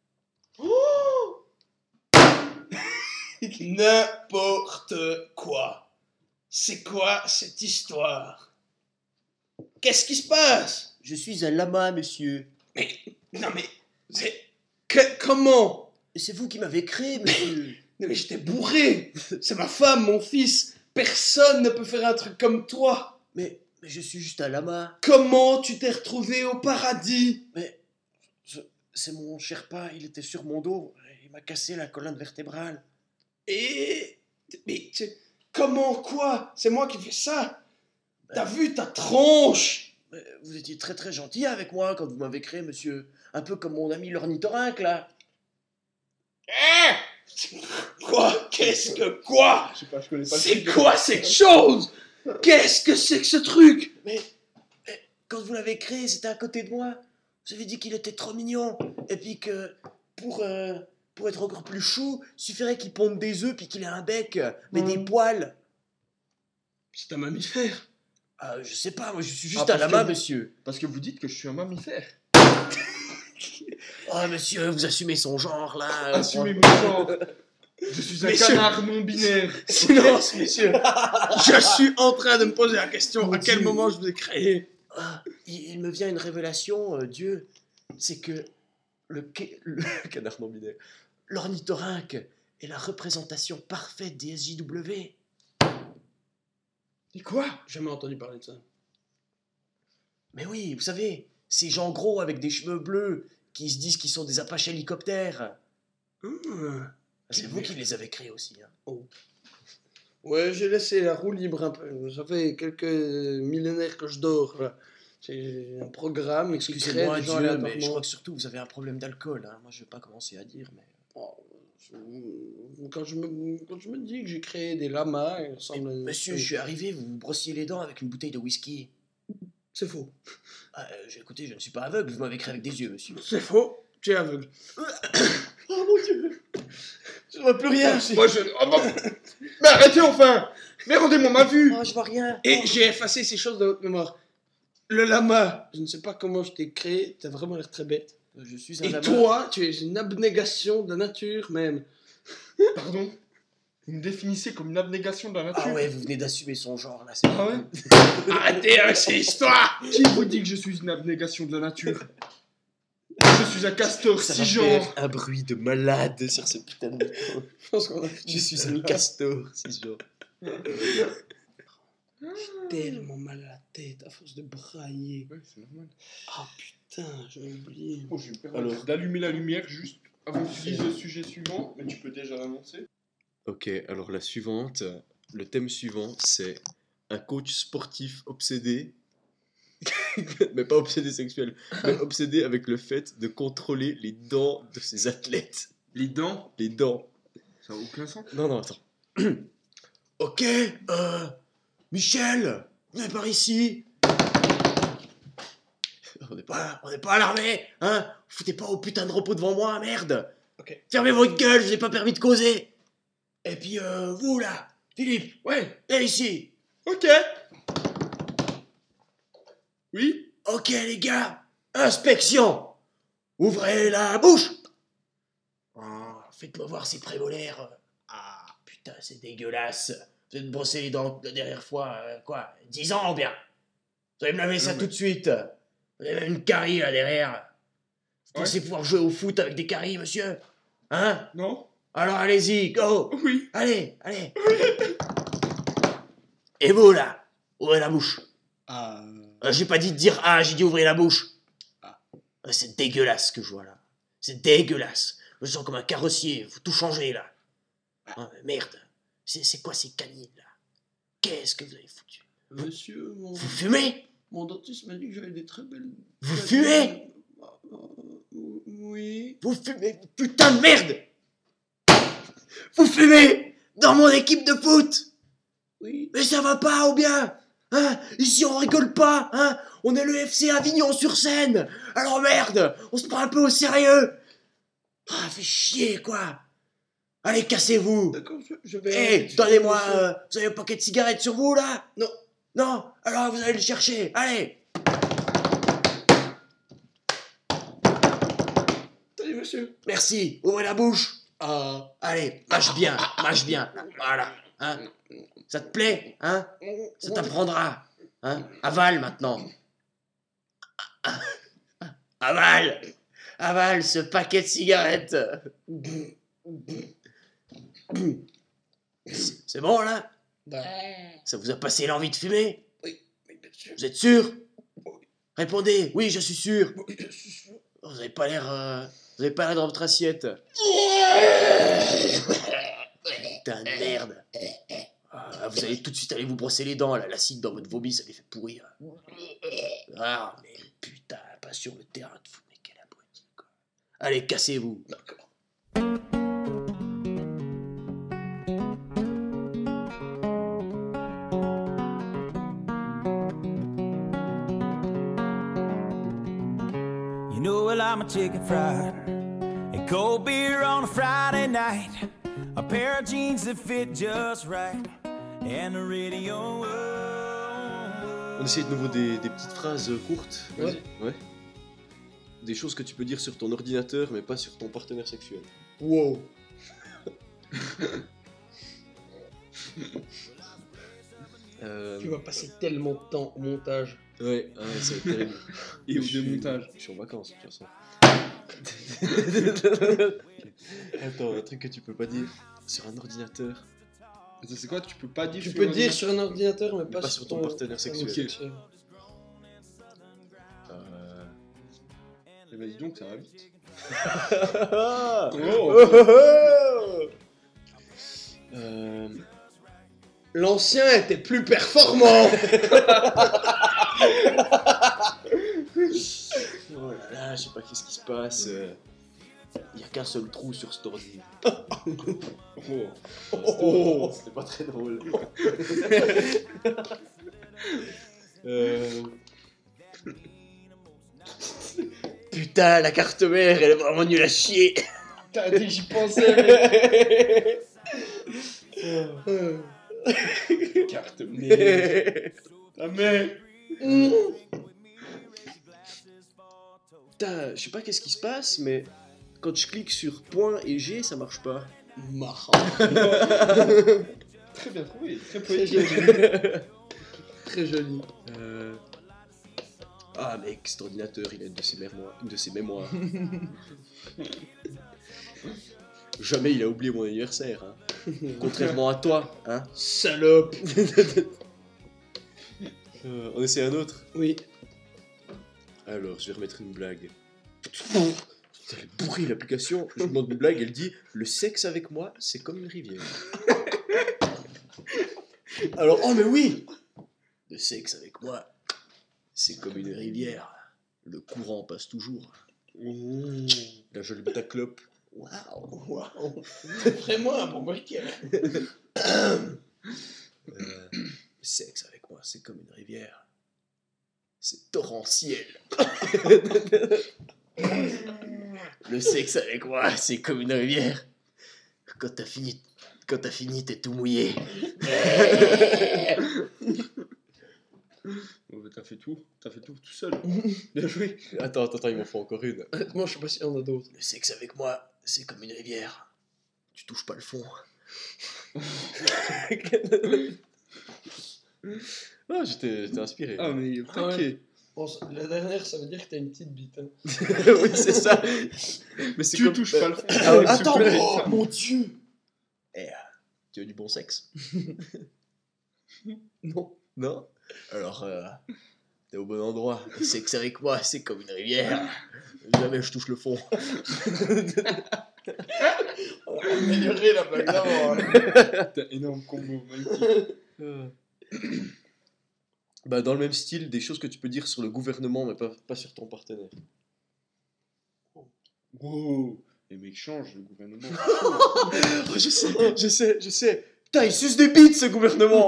N'importe quoi. C'est quoi cette histoire? Qu'est-ce qui se passe? Je suis un lama, monsieur. Non mais, c'est... Que- comment? Et c'est vous qui m'avez créé, monsieur. Non mais j'étais bourré. C'est ma femme, mon fils. Personne ne peut faire un truc comme toi. mais, mais je suis juste un lama. Comment tu t'es retrouvé au paradis? Mais je- c'est mon Sherpa, il était sur mon dos. Il m'a cassé la colonne vertébrale. Et... Mais tu- comment quoi? C'est moi qui fais ça. T'as vu ta tronche? Mais vous étiez très très gentil avec moi quand vous m'avez créé, monsieur. Un peu comme mon ami l'ornithorynque, là. Hein? Quoi? Qu'est-ce que quoi? Je sais pas, je connais pas le C'est truc. quoi cette chose? Qu'est-ce que c'est que ce truc? Mais, mais quand vous l'avez créé, c'était à côté de moi. Vous avez dit qu'il était trop mignon. Et puis que pour, euh, pour être encore plus chou, il suffirait qu'il ponde des œufs puis qu'il ait un bec, mais Mhm. des poils. C'est un mammifère. Ah, je sais pas, moi je suis juste Ah, un parce lama, que- monsieur. Parce que vous dites que je suis un mammifère. Oh, monsieur, vous assumez son genre, là. Assumez mon genre. Je suis un Messieurs. canard non binaire. Silence, monsieur. Je suis en train de me poser la question, Mon à quel Dieu. moment je vous ai créé? Ah, il, il me vient une révélation, euh, Dieu. C'est que le, ca- le canard non binaire, l'ornithorynque est la représentation parfaite des S J W. Et quoi? Jamais entendu parler de ça. Mais oui, vous savez, ces gens gros avec des cheveux bleus qui se disent qu'ils sont des apaches hélicoptères. Hmm. C'est vous qui les avez créés aussi. Hein. Ouais, j'ai laissé la roue libre un peu. Ça fait quelques millénaires que je dors. Là. J'ai un programme qui crée Excusez-moi, des gens Dieu, mais je aléatoirement. crois que surtout vous avez un problème d'alcool. Hein. Moi, je vais pas commencer à dire, mais. Oh, je- Quand je, me, quand je me dis que j'ai créé des lamas, il Mais, semble... monsieur, je suis arrivé, vous vous brossiez les dents avec une bouteille de whisky. C'est faux. Ah, euh, j'ai- écoutez, je ne suis pas aveugle, vous m'avez créé avec des yeux, monsieur. C'est faux. Tu es aveugle. Oh mon Dieu, je ne vois plus rien. Moi je. Oh, bon. Mais arrêtez enfin. Mais rendez-moi ma vue. Oh, je vois rien. Et j'ai effacé ces choses de votre mémoire. Le lama, je ne sais pas comment je t'ai créé, t'as vraiment l'air très bête. Je suis un Et lama. toi, tu es une abnégation de la nature même. Pardon? Vous me définissez comme une abnégation de la nature? Ah ouais, vous venez d'assumer son genre là, c'est Ah ouais? Arrêtez avec ces histoires. Qui vous dit que je suis une abnégation de la nature? Je suis un castor Ça va cisgenre. faire un bruit de malade sur ce putain de micro. Je pense qu'on a Je suis un castor, cisgenre. tellement mal à la tête à force de brailler. Ouais, c'est normal. Ah putain, j'ai oublié. Oh, je vais me permettre Alors. d'allumer la lumière juste avant que tu dises le sujet suivant, mais tu peux déjà l'annoncer. Ok, alors la suivante, le thème suivant, c'est un coach sportif obsédé, mais pas obsédé sexuel, mais obsédé avec le fait de contrôler les dents de ses athlètes. Les dents, Les dents. ça n'a aucun sens. Non, non, attends. Ok, euh, Michel, venez par ici. On n'est pas, on n'est pas à l'armée, hein. Foutez pas au putain de repos devant moi, merde. Ok. Fermez votre gueule, je vous ai pas permis de causer. Et puis, euh, vous là, Philippe, Ouais, viens ici. ok. Oui? Ok, les gars, inspection. Ouvrez la bouche. Ah, faites-moi voir ces prémolaires. Ah, putain, c'est dégueulasse. Vous êtes brossé les dents la dernière fois, euh, quoi, dix ans ou bien? Vous allez me laver ça Non, tout de suite. Vous avez même une carie là derrière. Vous Ouais. pensez pouvoir jouer au foot avec des caries, monsieur? Hein? Non? Alors allez-y, go. Oui. Allez, allez. Et vous là, ouvrez la bouche. Ah. Euh, j'ai pas dit de dire ah, j'ai dit ouvrez la bouche. Ah. Euh, C'est dégueulasse ce que je vois là. C'est dégueulasse. Je me sens comme un carrossier, faut tout changer là. Ah, mais merde. C'est c'est quoi ces canines là? Qu'est-ce que vous avez foutu? Monsieur, mon, Vous fumez? mon dentiste m'a dit que j'avais des très belles. Vous fumez? Euh, Oui. Vous fumez, putain de merde! Vous fumez dans mon équipe de foot! Oui. Mais ça va pas ou bien? Hein? Ici on rigole pas, hein? On est le F C Avignon-sur-Seine! Alors merde! On se prend un peu au sérieux! Ah, fait chier quoi! Allez, cassez-vous! D'accord, je, je Eh, vais. donnez-moi... Monsieur. euh, vous avez un paquet de cigarettes sur vous là? Non. Non? Alors vous allez le chercher, allez! Salut, monsieur. Merci, ouvrez la bouche! Ah, allez, mâche bien, mâche bien, voilà, hein? Ça te plaît, hein? Ça t'apprendra, hein? Avale maintenant. Avale! Avale ce paquet de cigarettes! C'est c'est bon là? Bah, Ça vous a passé l'envie de fumer? oui, bien sûr. Vous êtes sûr? Répondez, oui, je suis sûr. Oui, je suis sûr. Vous avez pas l'air, euh, vous avez pas l'air dans votre assiette. Putain de merde. Ah, vous allez tout de suite aller vous brosser les dents là. L'acide dans votre vomi, ça les fait pourrir. Ah, mais putain, pas sur le terrain de foot, mais quel abruti quoi. Allez, cassez-vous. D'accord. You know, well, I'm a chicken fried. A cold beer on a Friday night. A pair of jeans that fit just right. And the radio. oh, On essaie de nouveau des, des petites phrases courtes. Ouais. Ouais. Des choses que tu peux dire sur ton ordinateur, mais pas sur ton partenaire sexuel. Wow. Euh, Tu vas passer tellement de temps au montage. Ouais, ouais, c'est terrible. Et au Je suis- démontage. Je suis en vacances, de toute façon. Attends, un truc que tu peux pas dire sur un ordinateur. Ça, c'est quoi? Tu peux pas dire. Tu sur peux un dire ordinateur sur un ordinateur, mais, Mais pas sur ton partenaire sexuel. sexuel. Euh... Eh ben, dis donc, ça va vite. oh euh... L'ancien était plus performant. Oh là là, je sais pas qu'est-ce qui se passe. Il y a qu'un seul trou sur cet ordi. Oh. Oh, c'était pas très drôle. euh... Putain, la carte mère, elle est vraiment nulle à chier. T'as dit que j'y pensais. Carte mère. Ta mère. putain, je sais pas qu'est-ce qui se passe, mais quand je clique sur point et G, ça marche pas. Marrant. Très bien trouvé, très Très poétique. joli. Très joli. Euh, Ah mec, cet ordinateur, il a une de ses mémoires. Une de ses mémoires. Jamais il a oublié mon anniversaire, hein. Contrairement à toi, hein. Salope. Euh, on essaie un autre. Oui. Alors, je vais remettre une blague. Putain, elle est bourrée l'application. Je demande une blague, elle dit le sexe avec moi, c'est comme une rivière. Alors, oh mais oui. Le sexe avec moi, c'est comme une rivière. Le courant passe toujours. Mmh. Là, je le mets à clope. Waouh. Waouh. Vraiment un bon briquet. Euh, le sexe avec moi, c'est comme une rivière. C'est torrentiel. Le sexe avec moi, c'est comme une rivière. Quand t'as fini, quand t'as fini, t'es tout mouillé. Bon, bah, t'as fait tout, t'as fait tout tout seul. Bien joué. Attends, attends, attends, il m'en faut encore une. Honnêtement, je sais pas s'il y en a d'autres. Le sexe avec moi, c'est comme une rivière. Tu touches pas le fond. Ah, j'étais, j'étais inspiré. Ah mais Ah ouais. ok. Bon, ça- la dernière, ça veut dire que t'as une petite bite. Hein. Oui, c'est ça. Mais c'est Tu comme- touches pas le fond. Ah ouais, S'il te attends, plaît. oh mon dieu. Eh, tu veux du bon sexe? Non. Non? Alors, euh, t'es au bon endroit. Le sexe avec moi, c'est comme une rivière. Jamais je touche le fond. On va améliorer la blague d'avant. hein. T'as énorme combo, magnifique. Euh. Bah, dans le même style, des choses que tu peux dire sur le gouvernement, mais pas, pas sur ton partenaire. Wow. Les mecs changent, le gouvernement. Oh, je sais, je sais, je sais. Putain, il suce des bites, ce gouvernement.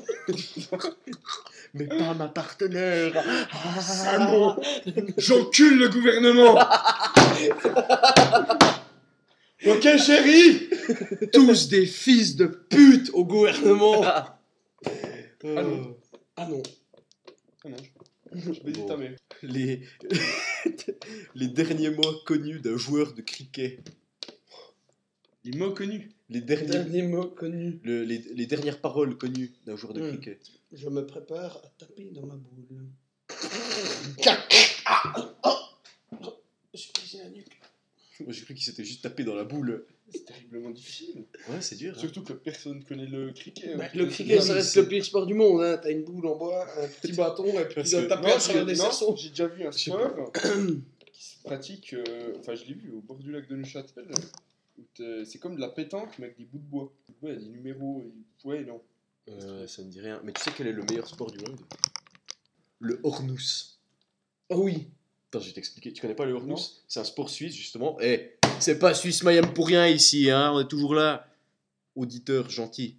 Mais pas ma partenaire. Ah non. J'encule le gouvernement. Ok, chérie. Tous des fils de pute au gouvernement. Euh, Ah non. Ah non, je, je baisais ta mère. les... les derniers mots connus d'un joueur de cricket. Les mots connus. Les, derniers... Dernier mot connu. le- les... les dernières paroles connues d'un joueur de Hmm. cricket. Je me prépare à taper dans ma boule. Je suis brisé la nuque. Moi, j'ai cru qu'il s'était juste tapé dans la boule. C'est terriblement difficile. Ouais, c'est dur. Hein. Surtout que personne connaît le cricket. Bah, hein. le cricket, ça oui, reste c'est- le pire sport du monde. Hein. T'as une boule en bois, un petit bâton, et puis Parce tu dois que- taper Non, à travers j'ai- des non, cerceaux. j'ai déjà vu un sport qui se pratique, euh, enfin je l'ai vu au bord du lac de Neuchâtel, où t'es- c'est comme de la pétanque mais avec des bouts de bois. Ouais, des numéros, et- ouais non. Euh, ça ne dit rien. Mais tu sais quel est le meilleur sport du monde? Le Hornous. Ah oui. Attends, je vais t'expliquer. Tu connais pas le Non. Hornous? C'est un sport suisse, justement. Eh, c'est pas Suisse Mayhem pour rien ici, hein. On est toujours là. Auditeur gentil.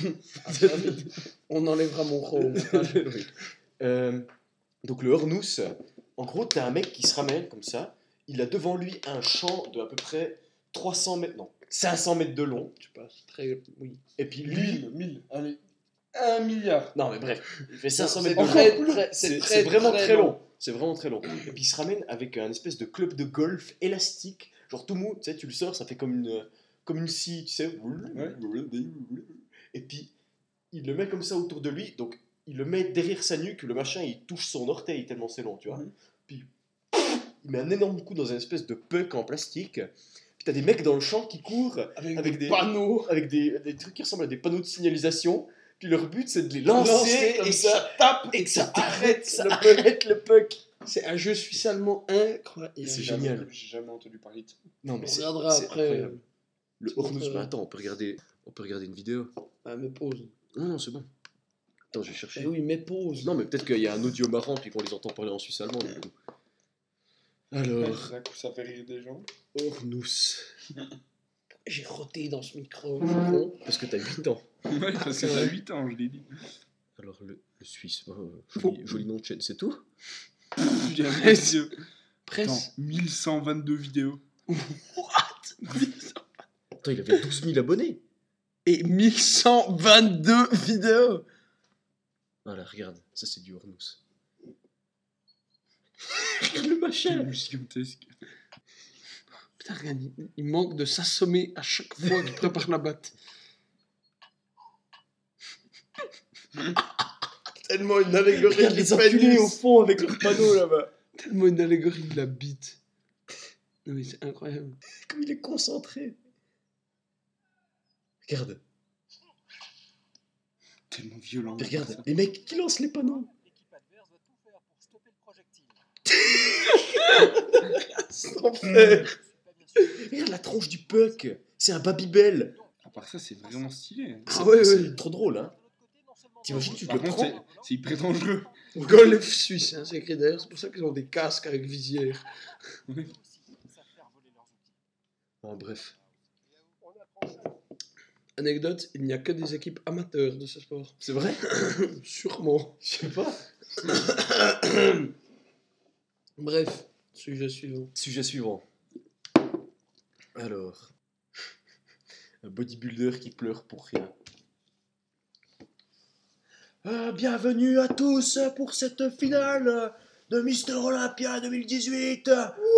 On enlèvera mon chrome. Oui. Euh, donc le Hornous, en gros, t'as un mec qui se ramène comme ça. Il a devant lui un champ de à peu près trois cents mètres, non, cinq cents mètres de long. Je sais pas, c'est très. Oui. Et puis lui, mille, mille, allez, un milliard. non mais bref, il fait cinq cents C'est mètres de très, long. très- C'est c'est c'est très, vraiment très très long. long. C'est vraiment très long. Et puis il se ramène avec un espèce de club de golf élastique, genre tout mou, tu sais, tu le sors, ça fait comme une, comme une scie, tu sais. Et puis il le met comme ça autour de lui, donc il le met derrière sa nuque, le machin il touche son orteil tellement c'est long, tu vois. Mhm. Puis il met un énorme coup dans une espèce de puck en plastique. Puis t'as des mecs dans le champ qui courent Avec, avec des des panneaux. avec des, des trucs qui ressemblent à des panneaux de signalisation. Puis leur but c'est de les lancer, Lancer comme et ça. ça tape Et que ça arrête ça le arrête le puck. C'est un jeu suisse-allemand incroyable. C'est Jamais- génial. J'ai jamais entendu parler de ça. Non On mais c'est regardera c'est après. incroyable. Le c'est Hornous, notre- mais attends, on peut regarder, on peut regarder une vidéo. Ah, mais pause. Non non c'est bon. Attends, je vais chercher. Eh oui, mais pause. Non mais peut-être qu'il y a un audio marrant puis qu'on les entend parler en suisse allemand du coup. Alors, D'un coup, ça fait rire des gens. Hornous. J'ai roté dans ce micro. je suis con. Parce que t'as huit ans. Ouais, parce que t'as huit ans, je l'ai dit. Alors le, le Suisse, oh, joli, joli nom de chaîne, c'est tout. J'ai un vidéo. Presse. Attends, mille cent vingt-deux vidéos. Attends, il avait douze mille abonnés. Et mille cent vingt-deux vidéos. Voilà, regarde, ça c'est du Hornous. Le machin. C'est gigantesque. Putain, regarde, il, il manque de s'assommer à chaque fois qu'il prépare la batte. Tellement une allégorie Regarde du les enculés pénis. au fond avec leur panneau là-bas. Tellement une allégorie de la bite. Non mais c'est incroyable. Comme il est concentré. Regarde, Tellement violent. mais regarde, les mecs qui lancent les panneaux. L'équipe adverse doit tout faire pour stopper le projectile. Sans faire. Regarde la tronche du puck. C'est un Babybel. À part ça, c'est vraiment stylé. hein. Ah ouais, C'est ouais. trop drôle, hein. T'imagines, tu te Par le contre, prends. c'est- c'est hyper dangereux. Golf suisse, hein, c'est écrit d'ailleurs. C'est pour ça qu'ils ont des casques avec visière. Ah, bref, Anecdote, il n'y a que des équipes amateurs de ce sport. c'est vrai. Sûrement. Je sais pas. Bref, sujet suivant. Sujet suivant. Alors, un bodybuilder qui pleure pour rien. Euh, bienvenue à tous pour cette finale de Mister Olympia deux mille dix-huit.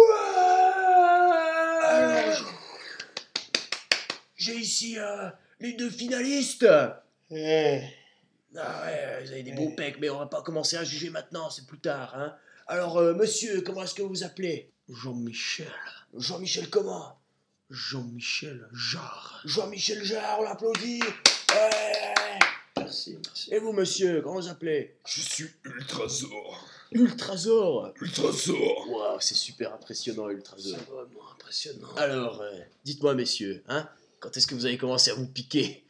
Alors, j'ai ici euh, les deux finalistes. Ah ouais, vous avez des beaux pecs, mais on va pas commencer à juger maintenant, c'est plus tard. Hein. Alors, euh, monsieur, comment est-ce que vous vous appelez? Jean-Michel. Jean-Michel comment? Jean-Michel Jarre. Jean-Michel Jarre, on l'applaudit. Ouais. Merci, merci. Et vous, monsieur, comment vous appelez? Je suis Ultrazor. Ultrazor. Ultrazor. Waouh, c'est super impressionnant, Ultrazor. C'est vraiment impressionnant. Alors, euh, dites-moi, messieurs, hein, quand est-ce que vous avez commencé à vous piquer?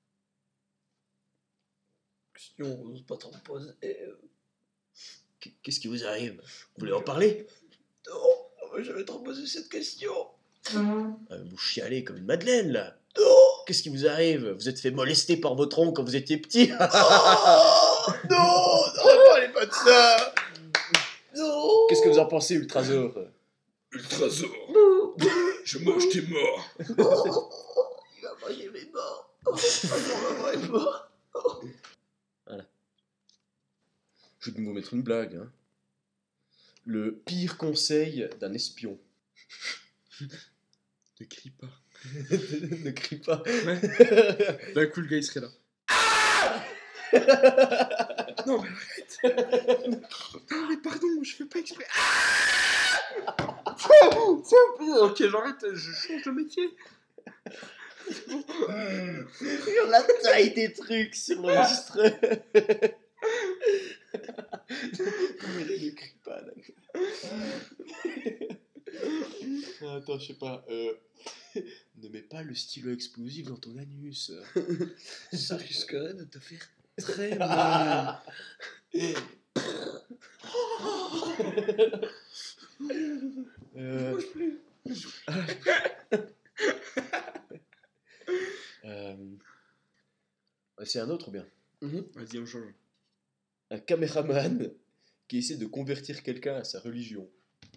Question, on n'ose pas trop poser. Qu- Qu'est-ce qui vous arrive? Vous voulez en parler? Non, je vais trop poser cette question. Euh, Vous chialez comme une madeleine, là. Qu'est-ce qui vous arrive? Vous êtes fait molester par votre oncle quand vous étiez petit? Oh, non, non, parlez pas de ça. Non. Qu'est-ce que vous en pensez, Ultrazor? Ultrazor. Je mange tes morts. Il va manger mes morts. Oh, on va mort. Je vais vous mettre une blague, hein. Le pire conseil d'un espion. Ne crie pas. Ne crie pas. D'un coup, le gars, il serait là. Non, mais arrête. Non, mais pardon, je fais pas exprès. Ok, j'arrête, je change de métier. Sur la taille des trucs sur l'enregistreur. Mais ne crie pas, d'accord. Attends, je sais pas. Euh... Ne mets pas le stylo explosif dans ton anus. Ça risquerait de te faire très mal. Euh... euh... C'est un autre ou bien? Vas-y, on change. Un caméraman qui essaie de convertir quelqu'un à sa religion.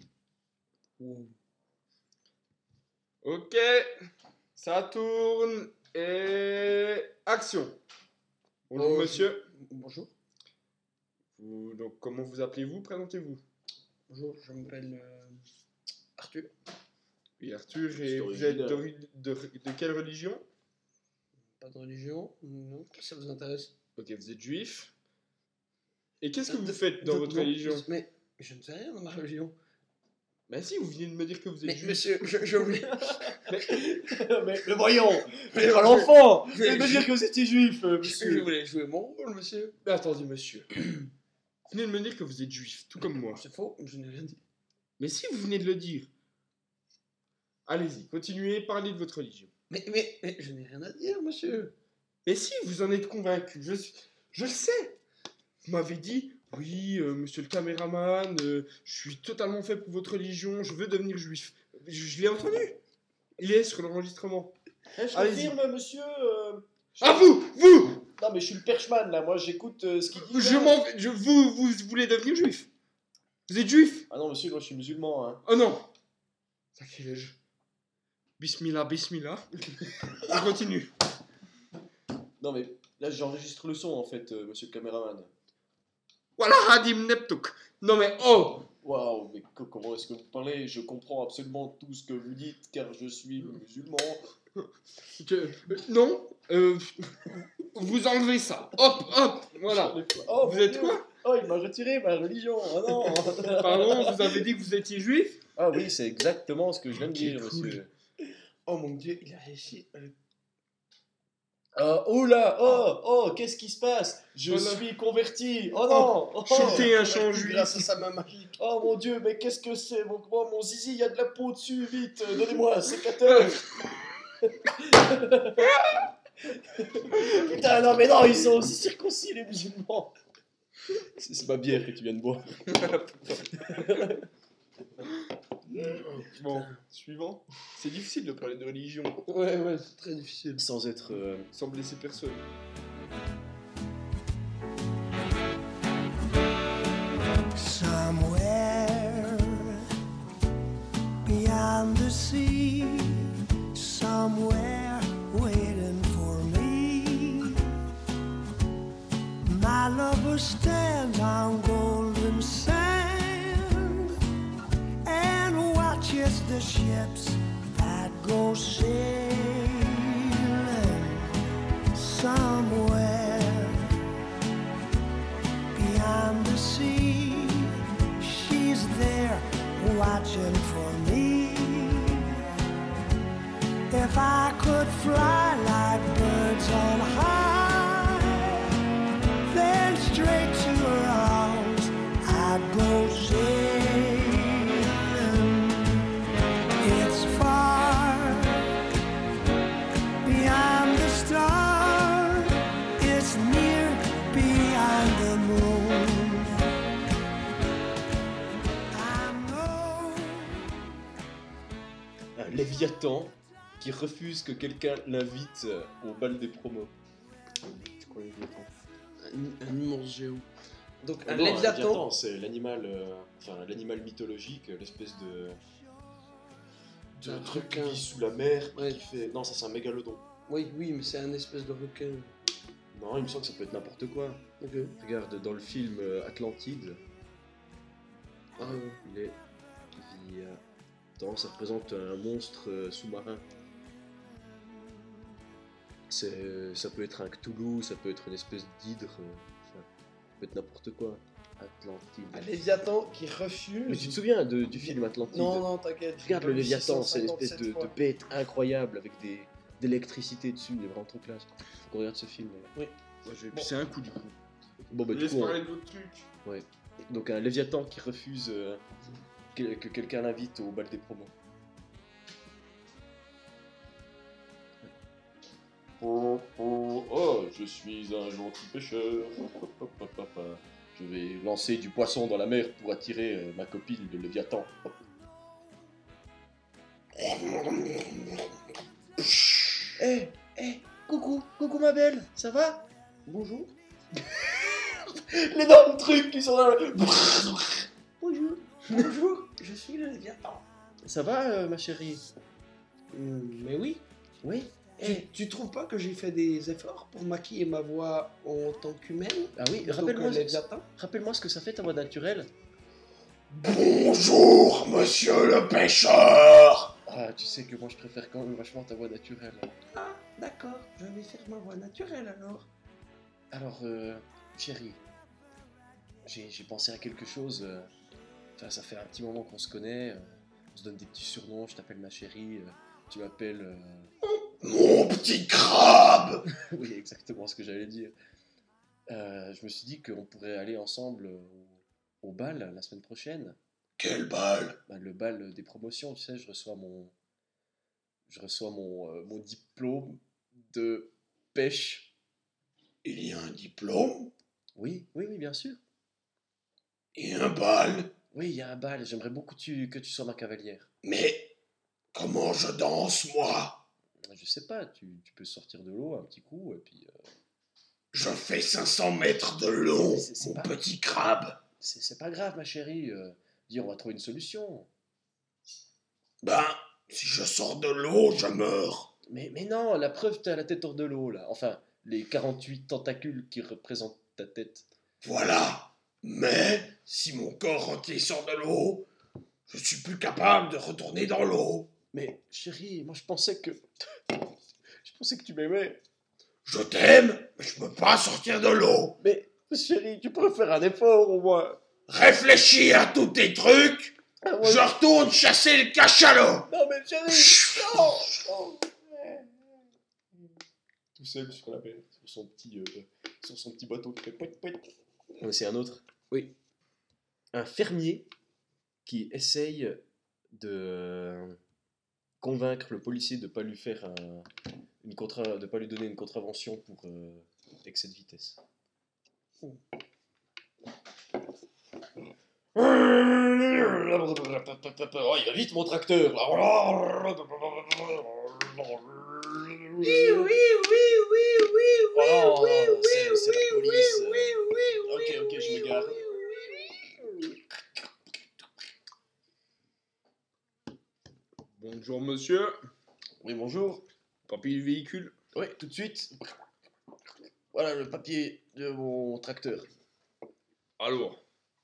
Ok, ça tourne et action. Bonjour Oh, monsieur. Bonjour. Vous- donc comment vous appelez-vous? Présentez-vous. Bonjour, je m'appelle euh, Arthur. Oui Arthur, et C'est vous êtes original. d'ori- de, de quelle religion? Pas de religion. Non, ça vous intéresse? Ok, vous êtes juif. Et qu'est-ce que Euh, vous de- faites dans de- votre non, religion? Mais je ne fais rien dans ma religion. Bah si, vous venez de me dire que vous êtes Mais juif. monsieur, je, je voulais. mais, mais voyons, mais pas l'enfant. Mais Mais me je- dire que vous étiez juif, euh, Je monsieur. voulais jouer mon rôle, monsieur. Mais attendez monsieur. Vous venez de me dire que vous êtes juif, tout comme moi. C'est faux, je n'ai rien dit. Mais si vous venez de le dire. Allez-y, continuez, parlez de votre religion. Mais, mais, mais je n'ai rien à dire, monsieur. Mais si, vous en êtes convaincu, je, suis- je le sais. Vous m'avez dit, oui, euh, monsieur le caméraman, euh, je suis totalement fait pour votre religion, je veux devenir juif. Je, je l'ai entendu. Il est sur l'enregistrement. Eh, je Allez-y. confirme, monsieur. euh, je- Ah vous, vous, Non, mais je suis le perchman, là. Moi, j'écoute euh, ce qu'il dit. je là. m'en vais- je, vous, vous voulez devenir juif. Vous êtes juif. Ah non, monsieur, moi, je suis musulman, hein. Oh non. Sacrilège. Bismillah, bismillah. On continue. Non, mais là, j'enregistre le son, en fait, euh, monsieur le caméraman. Voilà Hadim Neptuk. Non mais oh! Waouh, mais co- comment est-ce que vous parlez? Je comprends absolument tout ce que vous dites car je suis musulman. Je- euh, non, euh, vous enlevez ça. Hop, hop, voilà. Oh, Vous mon êtes Dieu. quoi? Oh, il m'a retiré ma religion. Oh non. Pardon, vous avez dit que vous étiez juif? Ah oui, c'est exactement ce que je viens de Ok, dire, cool. monsieur. Oh mon dieu, il a réussi. euh, Oh, oh là, oh, oh, qu'est-ce qui se passe? Je Voilà. suis converti. Oh non. Oh, Chanter un chant grâce juif. à sa main magique. Oh mon Dieu, mais qu'est-ce que c'est? Mon, oh, mon zizi, il y a de la peau dessus, vite. euh, Donnez-moi un sécateur. Putain, non, mais non, ils sont aussi circoncis, les musulmans. C'est c'est ma bière que tu viens de boire. Bon, suivant. C'est difficile de parler de religion Ouais, ouais, c'est très difficile. Sans être. euh, sans blesser personne. Somewhere beyond the sea, somewhere waiting for me. My lover stands on golden sand and watches the ships that go sailing. Somewhere beyond the sea, she's there watching for me. If I could fly like birds on high, then straight to her arms I'd go sailing. It's far beyond the star, it's near beyond the moon. I know. un Léviathan qui refuse que quelqu'un l'invite euh, au bal des promos. C'est quoi Léviathan? Un, un immense géant. Donc un Non, léviathan. c'est l'animal, euh, enfin l'animal mythologique, l'espèce de, de Un truc qui requin. vit sous la mer, Ouais. qui fait. Non, ça c'est un mégalodon. Oui, oui, mais c'est un espèce de requin. Non, il me semble que ça peut être n'importe quoi. Ok. Regarde, dans le film euh, Atlantide, Ah, ouais. il est Léviathan, ça représente un monstre euh, sous-marin. C'est, ça peut être un Cthulhu, ça peut être une espèce d'hydre, euh, enfin, ça peut être n'importe quoi. Atlantide. Un léviathan qui refuse. Mais tu te souviens de- du film Atlantide? Non, non, t'inquiète. Regarde le Léviathan, c'est une six cent espèce de, cinquante-sept de bête incroyable avec des d'électricité dessus, il est vraiment trop classe. Faut qu'on regarde ce film. d'ailleurs. Moi, je vais pisser un coup du coup. Bon bah du Laisse coup, parler on- de votre truc. donc un Léviathan qui refuse euh, que, que quelqu'un l'invite au bal des promos. Oh, oh, oh, je suis un gentil pêcheur. Hop, hop, hop, hop, hop. Je vais lancer du poisson dans la mer pour attirer euh, ma copine, le Léviathan. Hop. Eh, eh, coucou, coucou ma belle, ça va? Bonjour. L'énorme truc qui sont là. Bonjour, bonjour, je suis le Léviathan. Ça va, euh, ma chérie? Hum, mais oui. Oui. Tu, tu trouves pas que j'ai fait des efforts pour maquiller ma voix en tant qu'humaine? Ah oui, plutôt rappelle-moi que ce- léviathan? rappelle-moi ce que ça fait ta voix naturelle. Bonjour, monsieur le pêcheur. Ah, tu sais que moi je préfère quand même vachement ta voix naturelle. Ah, d'accord, je vais faire ma voix naturelle alors. Alors, euh, chérie, j'ai j'ai pensé à quelque chose. euh, Enfin, ça fait un petit moment qu'on se connaît. euh, on se donne des petits surnoms. Je t'appelle ma chérie. euh, tu m'appelles. euh, Mon petit crabe. Oui, exactement ce que j'allais dire. Euh, je me suis dit qu'on pourrait aller ensemble au, au bal la semaine prochaine. Quel bal. Bah, le bal des promotions, tu sais, je reçois mon. Je reçois mon, euh, mon diplôme de pêche. Il y a un diplôme Oui, oui, oui, bien sûr. et un bal. Oui, il y a un bal. J'aimerais beaucoup que tu, que tu sois ma cavalière. Mais comment je danse, moi? Je sais pas, tu, tu peux sortir de l'eau un petit coup et puis. euh, Je fais cinq cents mètres de long, C'est- c'est mon pas- petit crabe. c'est c'est pas grave, ma chérie. euh, dis, on va trouver une solution. Ben, si je sors de l'eau, je meurs. Mais, mais non, la preuve, t'as la tête hors de l'eau là. Enfin, les quarante-huit tentacules qui représentent ta tête. Voilà. Mais si mon corps entier sort de l'eau, je suis plus capable de retourner dans l'eau. Mais chérie, moi je pensais que... je pensais que tu m'aimais. Je t'aime, mais je peux pas sortir de l'eau. Mais chérie, tu pourrais faire un effort au moins. Réfléchis à tous tes trucs. Ah, moi, Je retourne chasser le cachalot. Non mais chérie, non, non. Tout seul sur la mer, sur son petit, euh, sur son petit bateau qui fait poit poit. Ouais, c'est un autre. Oui. Un fermier qui essaye de convaincre le policier de ne pas lui faire un, une contra, de pas lui donner une contravention pour euh, excès de vitesse. Oh. Oh, il va vite mon tracteur là. Oui, oui, oui, oui, oui, oui, Oh, oui, c'est- c'est la oui, police. oui, oui, Ok, oui, ok, je oui, m'égare. oui, oui. Bonjour monsieur, Oui, bonjour. papier du véhicule. Oui, tout de suite. Voilà le papier de mon tracteur. Alors,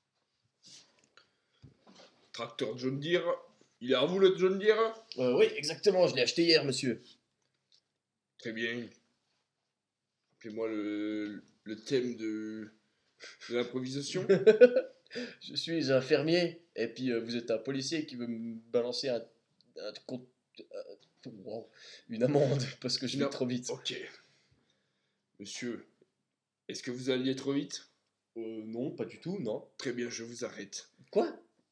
tracteur John Deere, il est à vous le John Deere? Euh, oui, exactement, je l'ai acheté hier, monsieur. Très bien. Rappelez-moi le, le thème de, de l'improvisation. Je suis un fermier, et puis euh, vous êtes un policier qui veut me balancer un, un compte- un- wow, une amende parce que je vais Non. trop vite. Ok. Monsieur, est-ce que vous alliez trop vite? Euh, non, pas du tout, non. Très bien, je vous arrête. Quoi?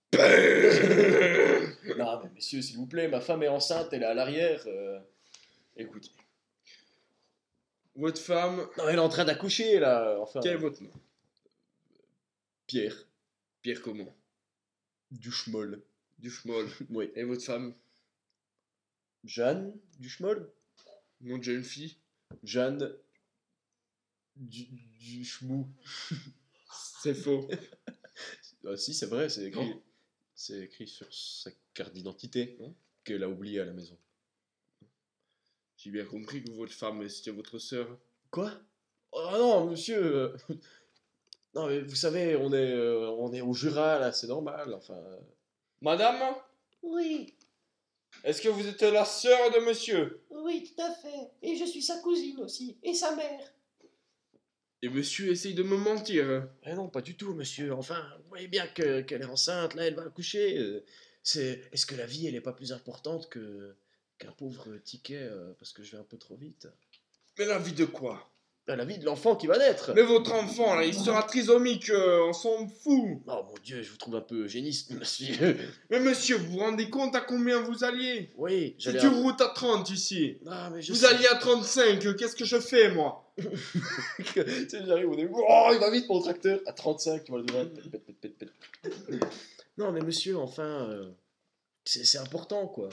Non, mais messieurs, s'il vous plaît, ma femme est enceinte, elle est à l'arrière. euh. Écoutez. Votre femme, Non, elle est en train d'accoucher, là. Enfin, quel est votre nom? Pierre. Pierre comment? Duchemol. Duchemol. Oui. Et votre femme? Jeanne Duchemol? Nom de jeune fille? Jeanne du, Duchemou. C'est faux. Ah, si, c'est vrai, c'est écrit, Non. c'est écrit sur sa carte d'identité Non. qu'elle a oublié à la maison. J'ai bien compris que votre femme, c'était votre sœur. Quoi? Oh non, monsieur. euh, Non, mais vous savez, on est, euh, on est au Jura, là, c'est normal. Enfin, euh, Madame, Oui, est-ce que vous êtes la sœur de monsieur? oui, tout à fait. Et je suis sa cousine aussi, et sa mère. Et monsieur essaye de me mentir. eh non, pas du tout, monsieur. Enfin, vous voyez bien que, qu'elle est enceinte, là, elle va accoucher. euh, C'est, est-ce que la vie, elle est pas plus importante que qu'un pauvre ticket euh, parce que je vais un peu trop vite? Mais la vie de quoi? Ah, la vie de l'enfant qui va naître. Mais votre enfant, là, il sera trisomique, euh, on s'en fout. Oh mon Dieu, je vous trouve un peu géniste, monsieur. Mais monsieur, vous vous rendez compte à combien vous alliez? Oui, C'est j'allais. une route à trente ici. Non, mais je Vous sais. alliez à trente-cinq, qu'est-ce que je fais, moi? Tu sais, j'arrive au début. Oh, il va vite mon tracteur. À trente-cinq, tu vois le doigt. Pète, pète, pète, pète. Non, mais monsieur, enfin, euh, c'est, c'est important, quoi.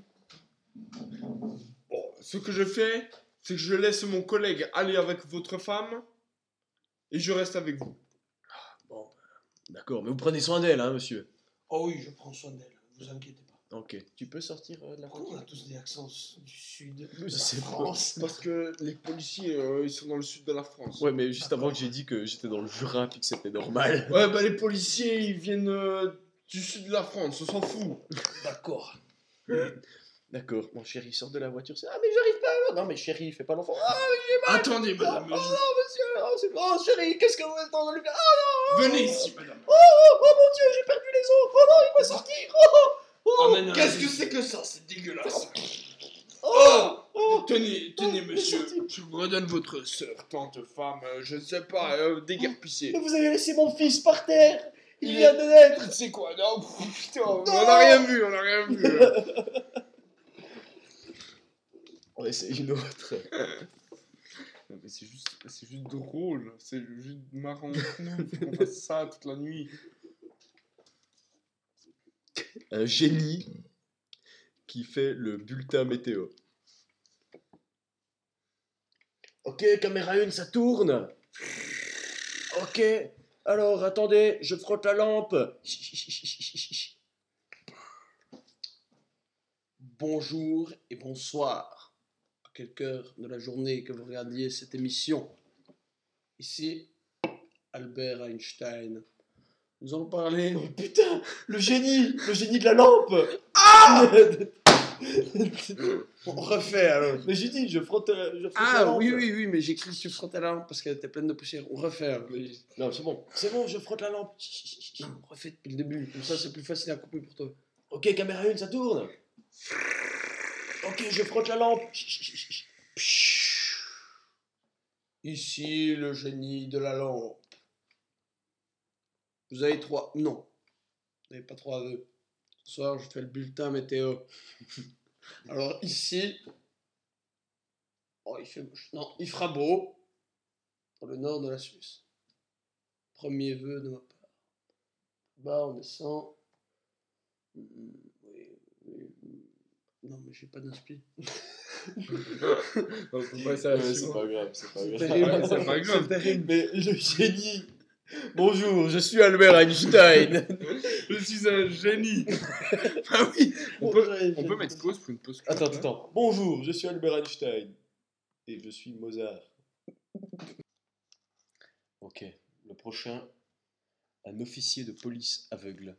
Bon, ce que je fais, c'est que je laisse mon collègue aller avec votre femme et je reste avec vous. Bon, d'accord, mais vous prenez soin d'elle, hein, monsieur. Oh oui, je prends soin d'elle, ne vous inquiétez pas. Ok, tu peux sortir euh, de la Pourquoi on voiture? a tous des accents du sud Je de sais la pas. France? Parce que les policiers, euh, ils sont dans le sud de la France. Ouais, mais juste avant que j'ai dit que j'étais dans le Jura puis que c'était normal. Ouais, bah les policiers, ils viennent euh, du sud de la France, on s'en fout. D'accord. D'accord, mon chéri sort de la voiture. C'est... Ah, mais j'arrive pas. Non, mais chéri, fais pas l'enfant. Ah, Attendez, oh, madame, oh, je- non, monsieur. Oh, c'est... oh, chéri, qu'est-ce que vous êtes en train de lui faire? Ah, non. venez ici, madame. Oh, oh, oh mon Dieu, j'ai perdu les os. Oh non, il va sortir. Oh, oh, Ah, mais non, qu'est-ce que c'est que ça? C'est dégueulasse. Oh, oh. tenez, tenez, Oh, monsieur, il est sorti. je vous redonne votre sœur, tante, femme, euh, je ne sais pas, euh, déguerpissez. Mais vous avez laissé mon fils par terre. Il Il vient de naître. C'est quoi? Non, pff, putain, on n'a rien vu, on n'a rien vu. euh. On essaie une autre. Non, mais c'est juste, c'est juste drôle, c'est juste marrant. On fasse ça toute la nuit. Un génie qui fait le bulletin météo. Ok, caméra un, ça tourne. Ok, alors attendez, je frotte la lampe. Bonjour et bonsoir. À quelque heure de la journée que vous regardiez cette émission. Ici, Albert Einstein. Nous allons parler. Oh putain, le génie, le génie de la lampe. On refait alors. Mais j'ai dit, je frotte, euh, je frotte la Ah lampe. oui, oui, oui, mais j'ai écrit que tu frottais la lampe parce qu'elle était pleine de poussière. On refait alors. Non, c'est bon, c'est bon, je frotte la lampe. Chut, chut, chut, chut. On refait depuis le début. Comme ça, c'est plus facile à couper pour toi. Ok, caméra une, ça tourne. Ok, je frotte la lampe. Chut, chut, chut, chut. Ici, le génie de la lampe. Vous avez trois. Non. Vous n'avez pas trois œufs. Ce soir, je fais le bulletin météo. Alors, ici. Oh, il fait moche. Non, il fera beau. Dans le nord de la Suisse. Premier vœu de ma part. Bas, on descend. Hmm, oui, oui, oui. Non, mais j'ai pas d'inspi. On peut pas Ouais, s'arrêter. c'est pas grave, c'est pas C'est grave. terrible. C'est pas grave. C'est terrible. Mais le génie. Bonjour, je suis Albert Einstein. Je suis un génie. Ah oui. On peut, on peut mettre pause pour une pause. Attends, attends. Bonjour, je suis Albert Einstein. Et je suis Mozart. Ok, le prochain. Un officier de police aveugle.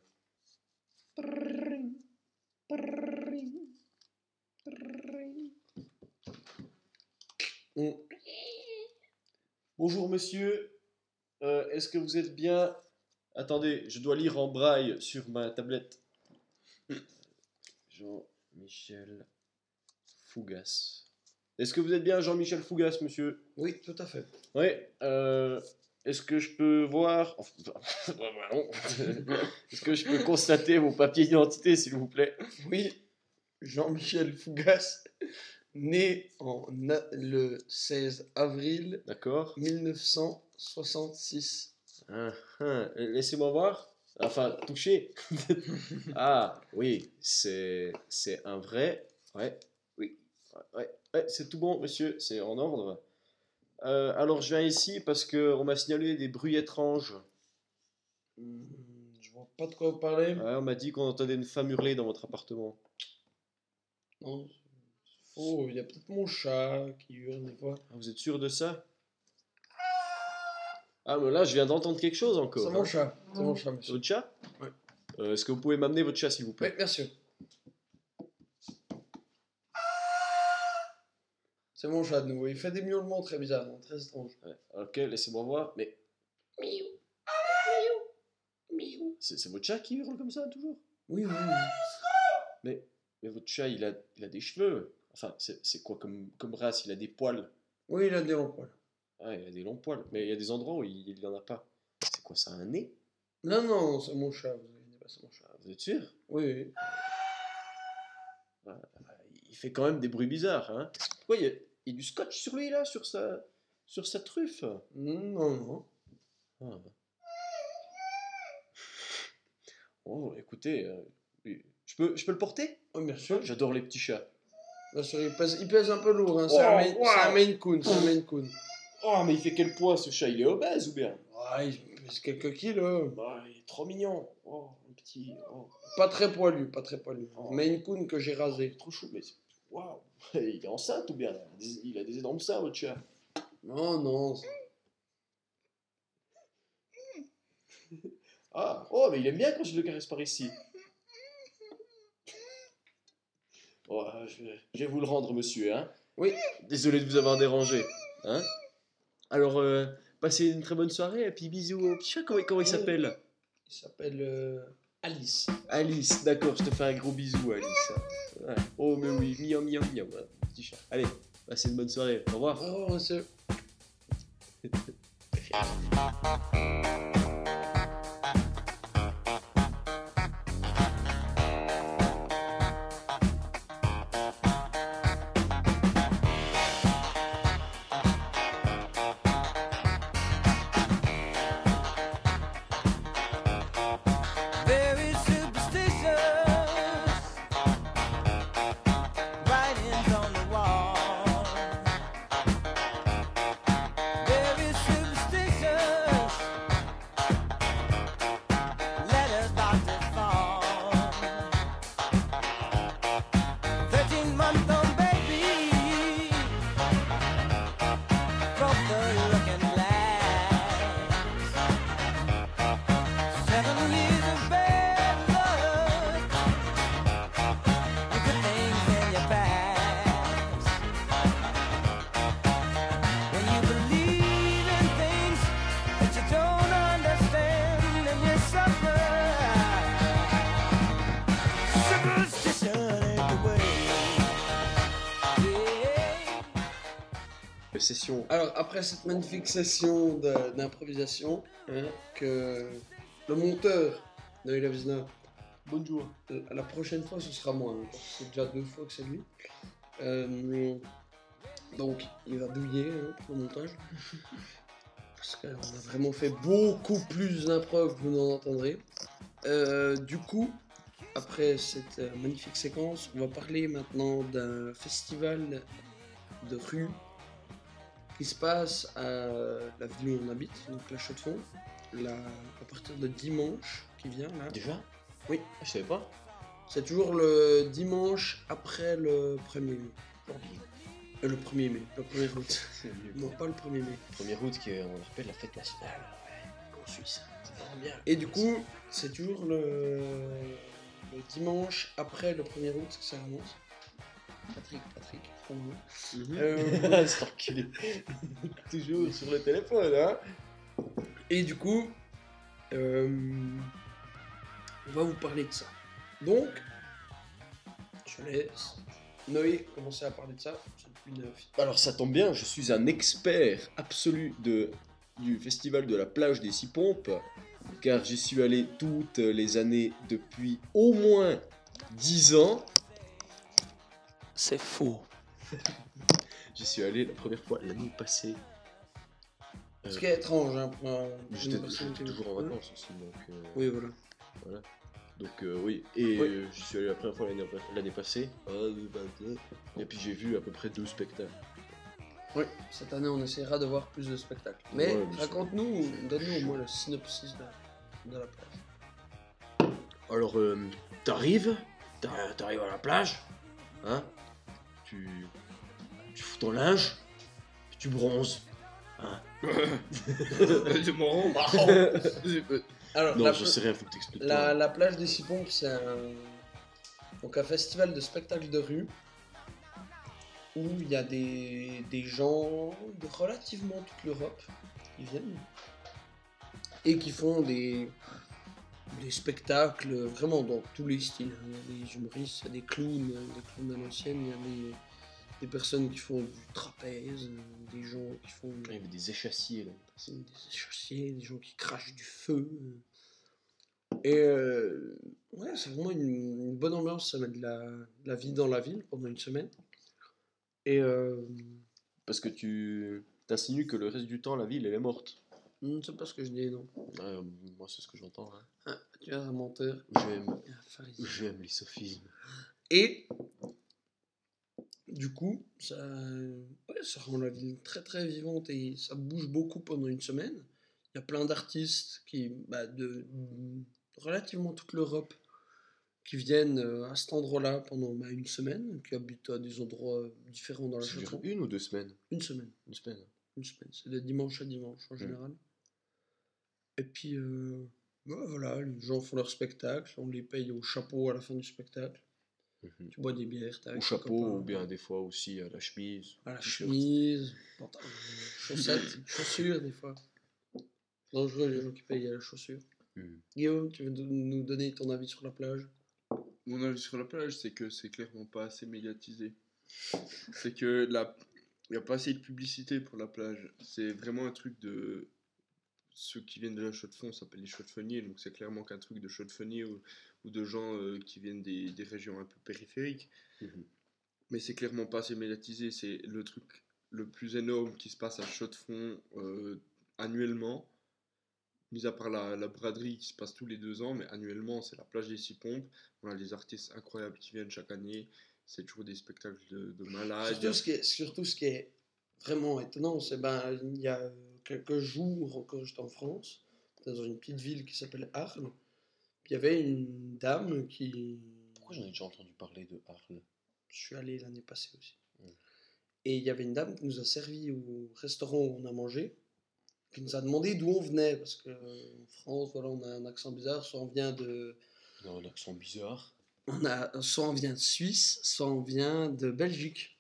On- Bonjour monsieur, Euh, est-ce que vous êtes bien... Attendez, je dois lire en braille sur ma tablette. Jean-Michel Fougas. Est-ce que vous êtes bien Jean-Michel Fougas, monsieur? Oui, tout à fait. Oui. Euh, est-ce que je peux voir... Enfin, bah non. Est-ce que je peux constater vos papiers d'identité, s'il vous plaît? Oui, Jean-Michel Fougas, né en a- le seize avril D'accord. mille neuf cent soixante-six. Ah, ah, laissez-moi voir. Enfin, toucher. Ah, oui, c'est c'est un vrai. Ouais, oui. Ouais, ouais, ouais, c'est tout bon, monsieur, c'est en ordre. Euh, alors, je viens ici parce qu'on m'a signalé des bruits étranges. Hmm, je vois pas de quoi vous parlez. Ouais, on m'a dit qu'on entendait une femme hurler dans votre appartement. Non, c'est faux. Il y a peut-être mon chat qui hurle des fois. Ah, vous êtes sûr de ça? Ah, mais là, je viens d'entendre quelque chose encore. C'est hein. mon chat. C'est mon chat, C'est monsieur. votre chat? Ouais. Euh, Est-ce que vous pouvez m'amener votre chat, s'il vous Oui, plaît? monsieur. C'est mon chat de nouveau. Il fait des miaulements très bizarres, non, très étranges. Ouais, ok, laissez-moi voir. Mais Miaou. Miaou. Miaou. c'est c'est votre chat qui hurle comme ça, toujours? Oui, oui, oui. Mais, mais votre chat, il a, il a des cheveux. Enfin, c'est c'est quoi comme, comme race? Il a des poils. Oui, il a des longs poils. Ah, il a des longs poils. Mais il y a des endroits où il il y en a pas. C'est quoi ça, un nez? Non, non, c'est mon chat. Vous inquiétez pas, c'est mon chat. Ah, vous êtes sûr? Oui, oui. Ah, il fait quand même des bruits bizarres, hein? Pourquoi il y a, il y a du scotch sur lui, là, sur sa, sur sa truffe? Non, non. Ah. Oh, écoutez, euh, oui. je, peux, je peux le porter? Oui, bien sûr. J'adore les petits chats. Bien sûr, il pèse, il pèse un peu lourd. Hein. C'est Oh, un, Maine- wow. c'est un Maine Coon. C'est un Maine Coon. Oh, mais il fait quel poids, ce chat? Il est obèse ou bien? Ouais, il pèse quelques kilos. Ah, il est trop mignon. Oh, un petit... Oh. Pas très poilu, pas très poilu. Oh. Maine Coon que j'ai rasé. Trop chou, mais c'est- waouh, il est enceinte ou bien? Il a des, il a des énormes seins, votre chat. Non, non. c'est- Ah, oh, mais il aime bien quand je le caresse par ici. Oh, je, vais, je vais vous le rendre, monsieur, hein. Oui. Désolé de vous avoir dérangé, hein. Alors, euh, passez une très bonne soirée et puis bisous au petit chat. Comment, comment il s'appelle? Il s'appelle euh, Alice. Alice, d'accord, je te fais un gros bisou, Alice. Ouais. Oh, mais oui, miaou, miaou, miaou, hein, petit chat. Allez, passez une bonne soirée. Au revoir. Au revoir, monsieur. Very superstitious. Writings on the wall. Very superstitious. Session. Alors, après cette magnifique session de- d'improvisation, hein, que le monteur de Noé Lavizna, Bonjour. euh, la prochaine fois ce sera moi, hein, parce que c'est déjà deux fois que c'est lui. Euh, donc, il va douiller hein, pour le montage. Parce qu'on a vraiment fait beaucoup plus d'impro que vous n'en entendrez. Euh, du coup, après cette euh, magnifique séquence, on va parler maintenant d'un festival de rue qui se passe à la ville où on habite, donc la Chaux-de-Fonds, la- à partir de dimanche qui vient là. Déjà? Oui. Ah, je savais pas. C'est toujours le dimanche après le premier mai. Euh, le premier mai, le premier août. Non, pas le premier mai. premier août, qui est, on le rappelle, la fête nationale. En Suisse. C'est vraiment bien. Et du coup, c'est toujours le, le dimanche après le premier août que ça commence. Patrick, Patrick, prends-le. Mhm. Euh, C'est enculé. Toujours sur le téléphone, hein. Et du coup, euh, on va vous parler de ça. Donc, je laisse Noé commencer à parler de ça. C'est depuis neuf. Alors ça tombe bien, je suis un expert absolu de, du festival de la plage des Six Pompes, car j'y suis allé toutes les années depuis au moins dix ans. C'est faux. J'y suis allé la première fois l'année passée. Euh, Ce qui est étrange, hein, pour un- pour J'étais une personne j'étais qui- toujours en vacances aussi, donc... euh, Oui, voilà. Voilà. Donc euh, oui, et Oui. euh, j'y suis allé la première fois l'année l'année passée. Ah, oui, bah, euh, Et puis j'ai vu à peu près deux spectacles. Oui, cette année on essaiera de voir plus de spectacles. Mais Ouais, mais raconte-nous, c'est- donne-nous au moins le synopsis de, de la plage. Alors, euh, t'arrives, t'a- t'arrives à la plage, hein, tu, tu fous ton linge, puis tu bronzes, hein. C'est marrant, marrant. Alors, Non, la, je sais rien, faut que t'expliques. la, la plage des Six Pompes, c'est un, donc un festival de spectacles de rue où il y a des, des gens de relativement toute l'Europe qui viennent et qui font des, des spectacles vraiment dans tous les styles. Il y a des humoristes, il y a des clowns, des clowns à l'ancienne, il y a des, des personnes qui font du trapèze, des gens qui font Il y avait des échassiers là. des échassiers, des gens qui crachent du feu. Et euh, ouais, c'est vraiment une, une bonne ambiance, ça met de la, de la vie dans la ville pendant une semaine. Et euh, Parce que tu t'insinues que le reste du temps, la ville, elle est morte. je ne sais pas ce que je dis, non. Euh, moi, c'est ce que j'entends. Hein. Ah, tu es un menteur. J'aime, et un pharisien. j'aime les sophismes. Et du coup, ça, ouais, ça rend la ville très très vivante et ça bouge beaucoup pendant une semaine. Il y a plein d'artistes qui, bah, de, de relativement toute l'Europe qui viennent euh, à cet endroit-là pendant bah, une semaine, qui habitent à des endroits différents dans la Ça dure chanson. une ou deux semaines? Une semaine. Une semaine. Une semaine. C'est de dimanche à dimanche en général. Et puis, euh, ouais, voilà, les gens font leur spectacle, on les paye au chapeau à la fin du spectacle. Mhm. Tu bois des bières, t'as Au avec tes chapeau, copains. ou bien des fois aussi à la chemise. À la t-shirt. chemise, pantalon, chaussettes, chaussures des fois. Dangereux les gens qui payent à la chaussure. Mhm. Guillaume, tu veux do- nous donner ton avis sur la plage? Mon avis sur la plage, c'est que c'est clairement pas assez médiatisé. C'est que la... il n'y a pas assez de publicité pour la plage. C'est vraiment un truc de... Ceux qui viennent de la Chaux-de-Fonds s'appellent les Chaux-de-Fonniers, donc c'est clairement qu'un truc de Chaux-de-Fonniers ou, ou de gens euh, qui viennent des, des régions un peu périphériques. Mhm. Mais c'est clairement pas assez médiatisé. C'est le truc le plus énorme qui se passe à Chaux-de-Fonds euh, annuellement. Mis à part la, la braderie qui se passe tous les deux ans, mais annuellement, c'est la plage des Six Pompes. On a des artistes incroyables qui viennent chaque année. C'est toujours des spectacles de, de malades. Surtout ce, qui est, surtout ce qui est vraiment étonnant, c'est ben il y a quelques jours encore j'étais en France, dans une petite ville qui s'appelle Arles. Il y avait une dame qui... Pourquoi j'en ai déjà entendu parler de Arles? Je suis allé l'année passée aussi. Mm. Et il y avait une dame qui nous a servi au restaurant où on a mangé, qui nous a demandé d'où on venait, parce qu'en France, voilà, on a un accent bizarre, soit on vient de... Non, un accent bizarre. On a, soit on vient de Suisse, soit on vient de Belgique.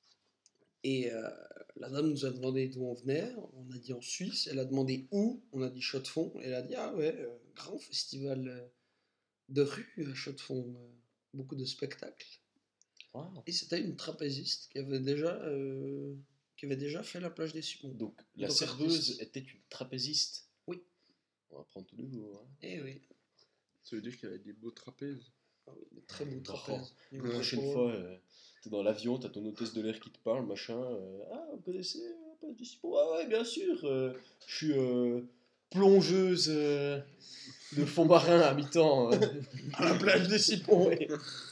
Et euh, la dame nous a demandé d'où on venait, on a dit en Suisse, elle a demandé où, on a dit Chaux-de-Fonds, et elle a dit ah ouais, euh, grand festival euh, de rue à Chaux-de-Fonds, euh, beaucoup de spectacles. Wow. Et c'était une trapéziste qui avait déjà, euh, qui avait déjà fait la plage des Simons. Donc la Donc, serveuse artiste. était une trapéziste. Oui. On va prendre tous les jours. Hein. Eh oui, Ça veut dire qu'elle a des beaux trapèzes. ah oui, des très beaux Oh. trapèzes. Des La gros prochaine poils. fois, euh, t'es dans l'avion, t'as ton hôtesse de l'air qui te parle, machin. euh, ah, vous connaissez la plage du Cipon? Ah ouais, bien sûr. euh, je suis euh, plongeuse euh, de fond marin à mi-temps euh, à la plage des Cipons. Ouais.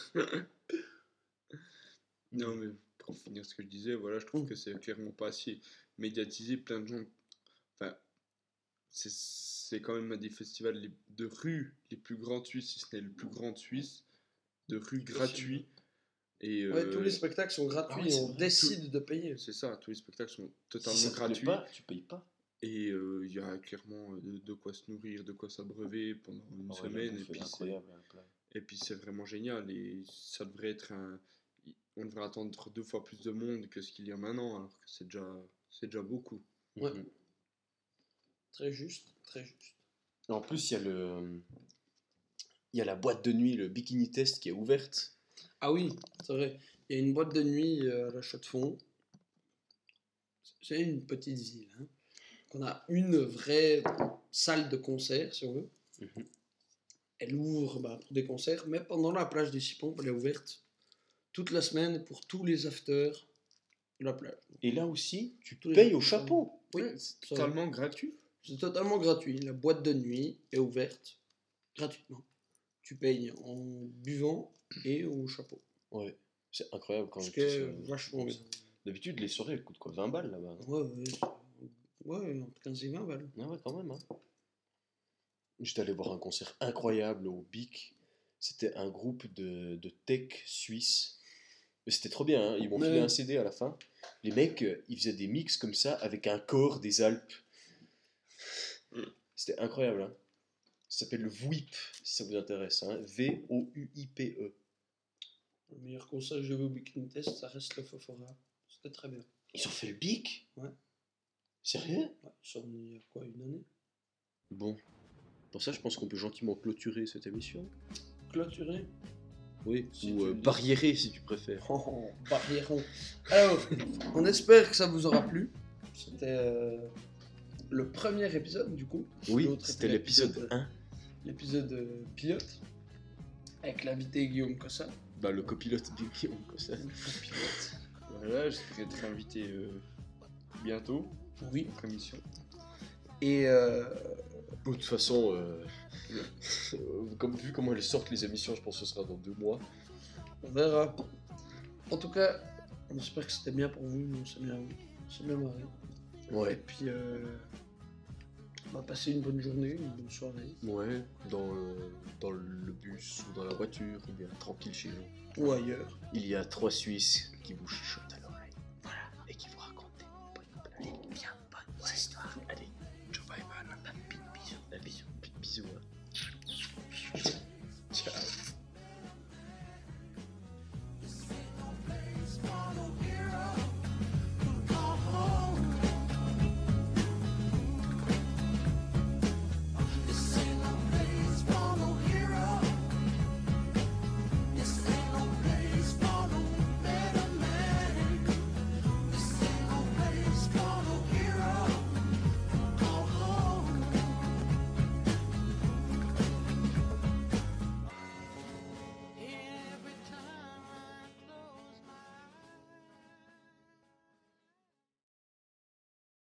Non, mais pour finir ce que je disais, voilà, je trouve Mm. que c'est clairement pas assez médiatisé. Plein de gens. Enfin, c'est c'est quand même un des festivals les- de rue les plus grands de Suisse, si ce n'est le plus grand de Suisse, de rue gratuit. Et Ouais, euh, tous les spectacles sont gratuits ah ouais, et c'est on vrai, décide de payer. c'est ça, tous les spectacles sont Si totalement ça te plaît gratuits. pas, tu payes pas. Et euh, il y a clairement euh, de, de quoi se nourrir, de quoi s'abreuver pendant une Ah ouais, la semaine. Et bouffe est puis, c'est, incroyable, hein, plein. et puis c'est vraiment génial. Et ça devrait être un. On devrait attendre deux fois plus de monde que ce qu'il y a maintenant, alors que c'est déjà, c'est déjà beaucoup. Ouais. Mhm. Très juste, très juste. Et en plus, il y a le, il y a la boîte de nuit, le Bikini Test qui est ouverte. Ah oui, c'est vrai. Il y a une boîte de nuit euh, à la Chaux-de-Fonds. C'est une petite ville. Hein. On a une vraie salle de concert, si on veut. Mhm. Elle ouvre bah, pour des concerts, mais pendant la plage des Cipons, elle est ouverte toute la semaine pour tous les afters de la plage. Et là aussi, tu Tous les payes au afters. chapeau. Oui, Ouais, c'est ça va. totalement gratuit. C'est totalement gratuit. La boîte de nuit est ouverte gratuitement. Tu payes en buvant et au chapeau. Ouais, c'est incroyable quand Ce même. qui est tout ça. vachement bien. D'habitude, les soirées elles coûtent quoi, vingt balles là-bas? Ouais, ouais, c'est- ouais, entre quinze et vingt balles. Ah ouais, quand même. Hein. J'étais allé voir un concert incroyable au Bic. C'était un groupe de, de tech suisse. Mais c'était trop bien, hein. Ils m'ont Ouais. filé un C D à la fin. Les mecs, euh, ils faisaient des mix comme ça avec un corps des Alpes. C'était incroyable. Hein. Ça s'appelle le V O I P, si ça vous intéresse. Hein. V O U I P E. Le meilleur concert que j'ai vu au Bikini Test, ça reste le Fofora. C'était très bien. Ils ont fait le Bic? Ouais. Sérieux? Ouais, ça en est il y a quoi, une année? Bon. Pour ça, je pense qu'on peut gentiment clôturer cette émission. Clôturé. Oui, Si ou tu euh, le dis. barriérer si tu préfères. Oh, oh, barriéron. Alors, on espère que ça vous aura plu. C'était euh, le premier épisode, du coup. Oui, L'autre c'était était l'épisode un. L'épisode euh, pilote. Avec l'invité Guillaume Cossa. Bah, le copilote du Guillaume, comme ça. Le pilote. Voilà, j'espère être invité euh, bientôt Oui. à notre émission. Et euh, Bon, de toute façon, euh, comme, vu comment elles sortent les émissions, je pense que ce sera dans deux mois. on verra. En tout cas, on espère que c'était bien pour vous. Nous, c'est bien, c'est bien marré. Et Ouais. puis, euh, on va passer une bonne journée, une bonne soirée. Ouais, dans, le- dans le bus ou dans la voiture, ou bien tranquille chez nous. Ou ailleurs. Il y a trois Suisses qui vous chuchotent.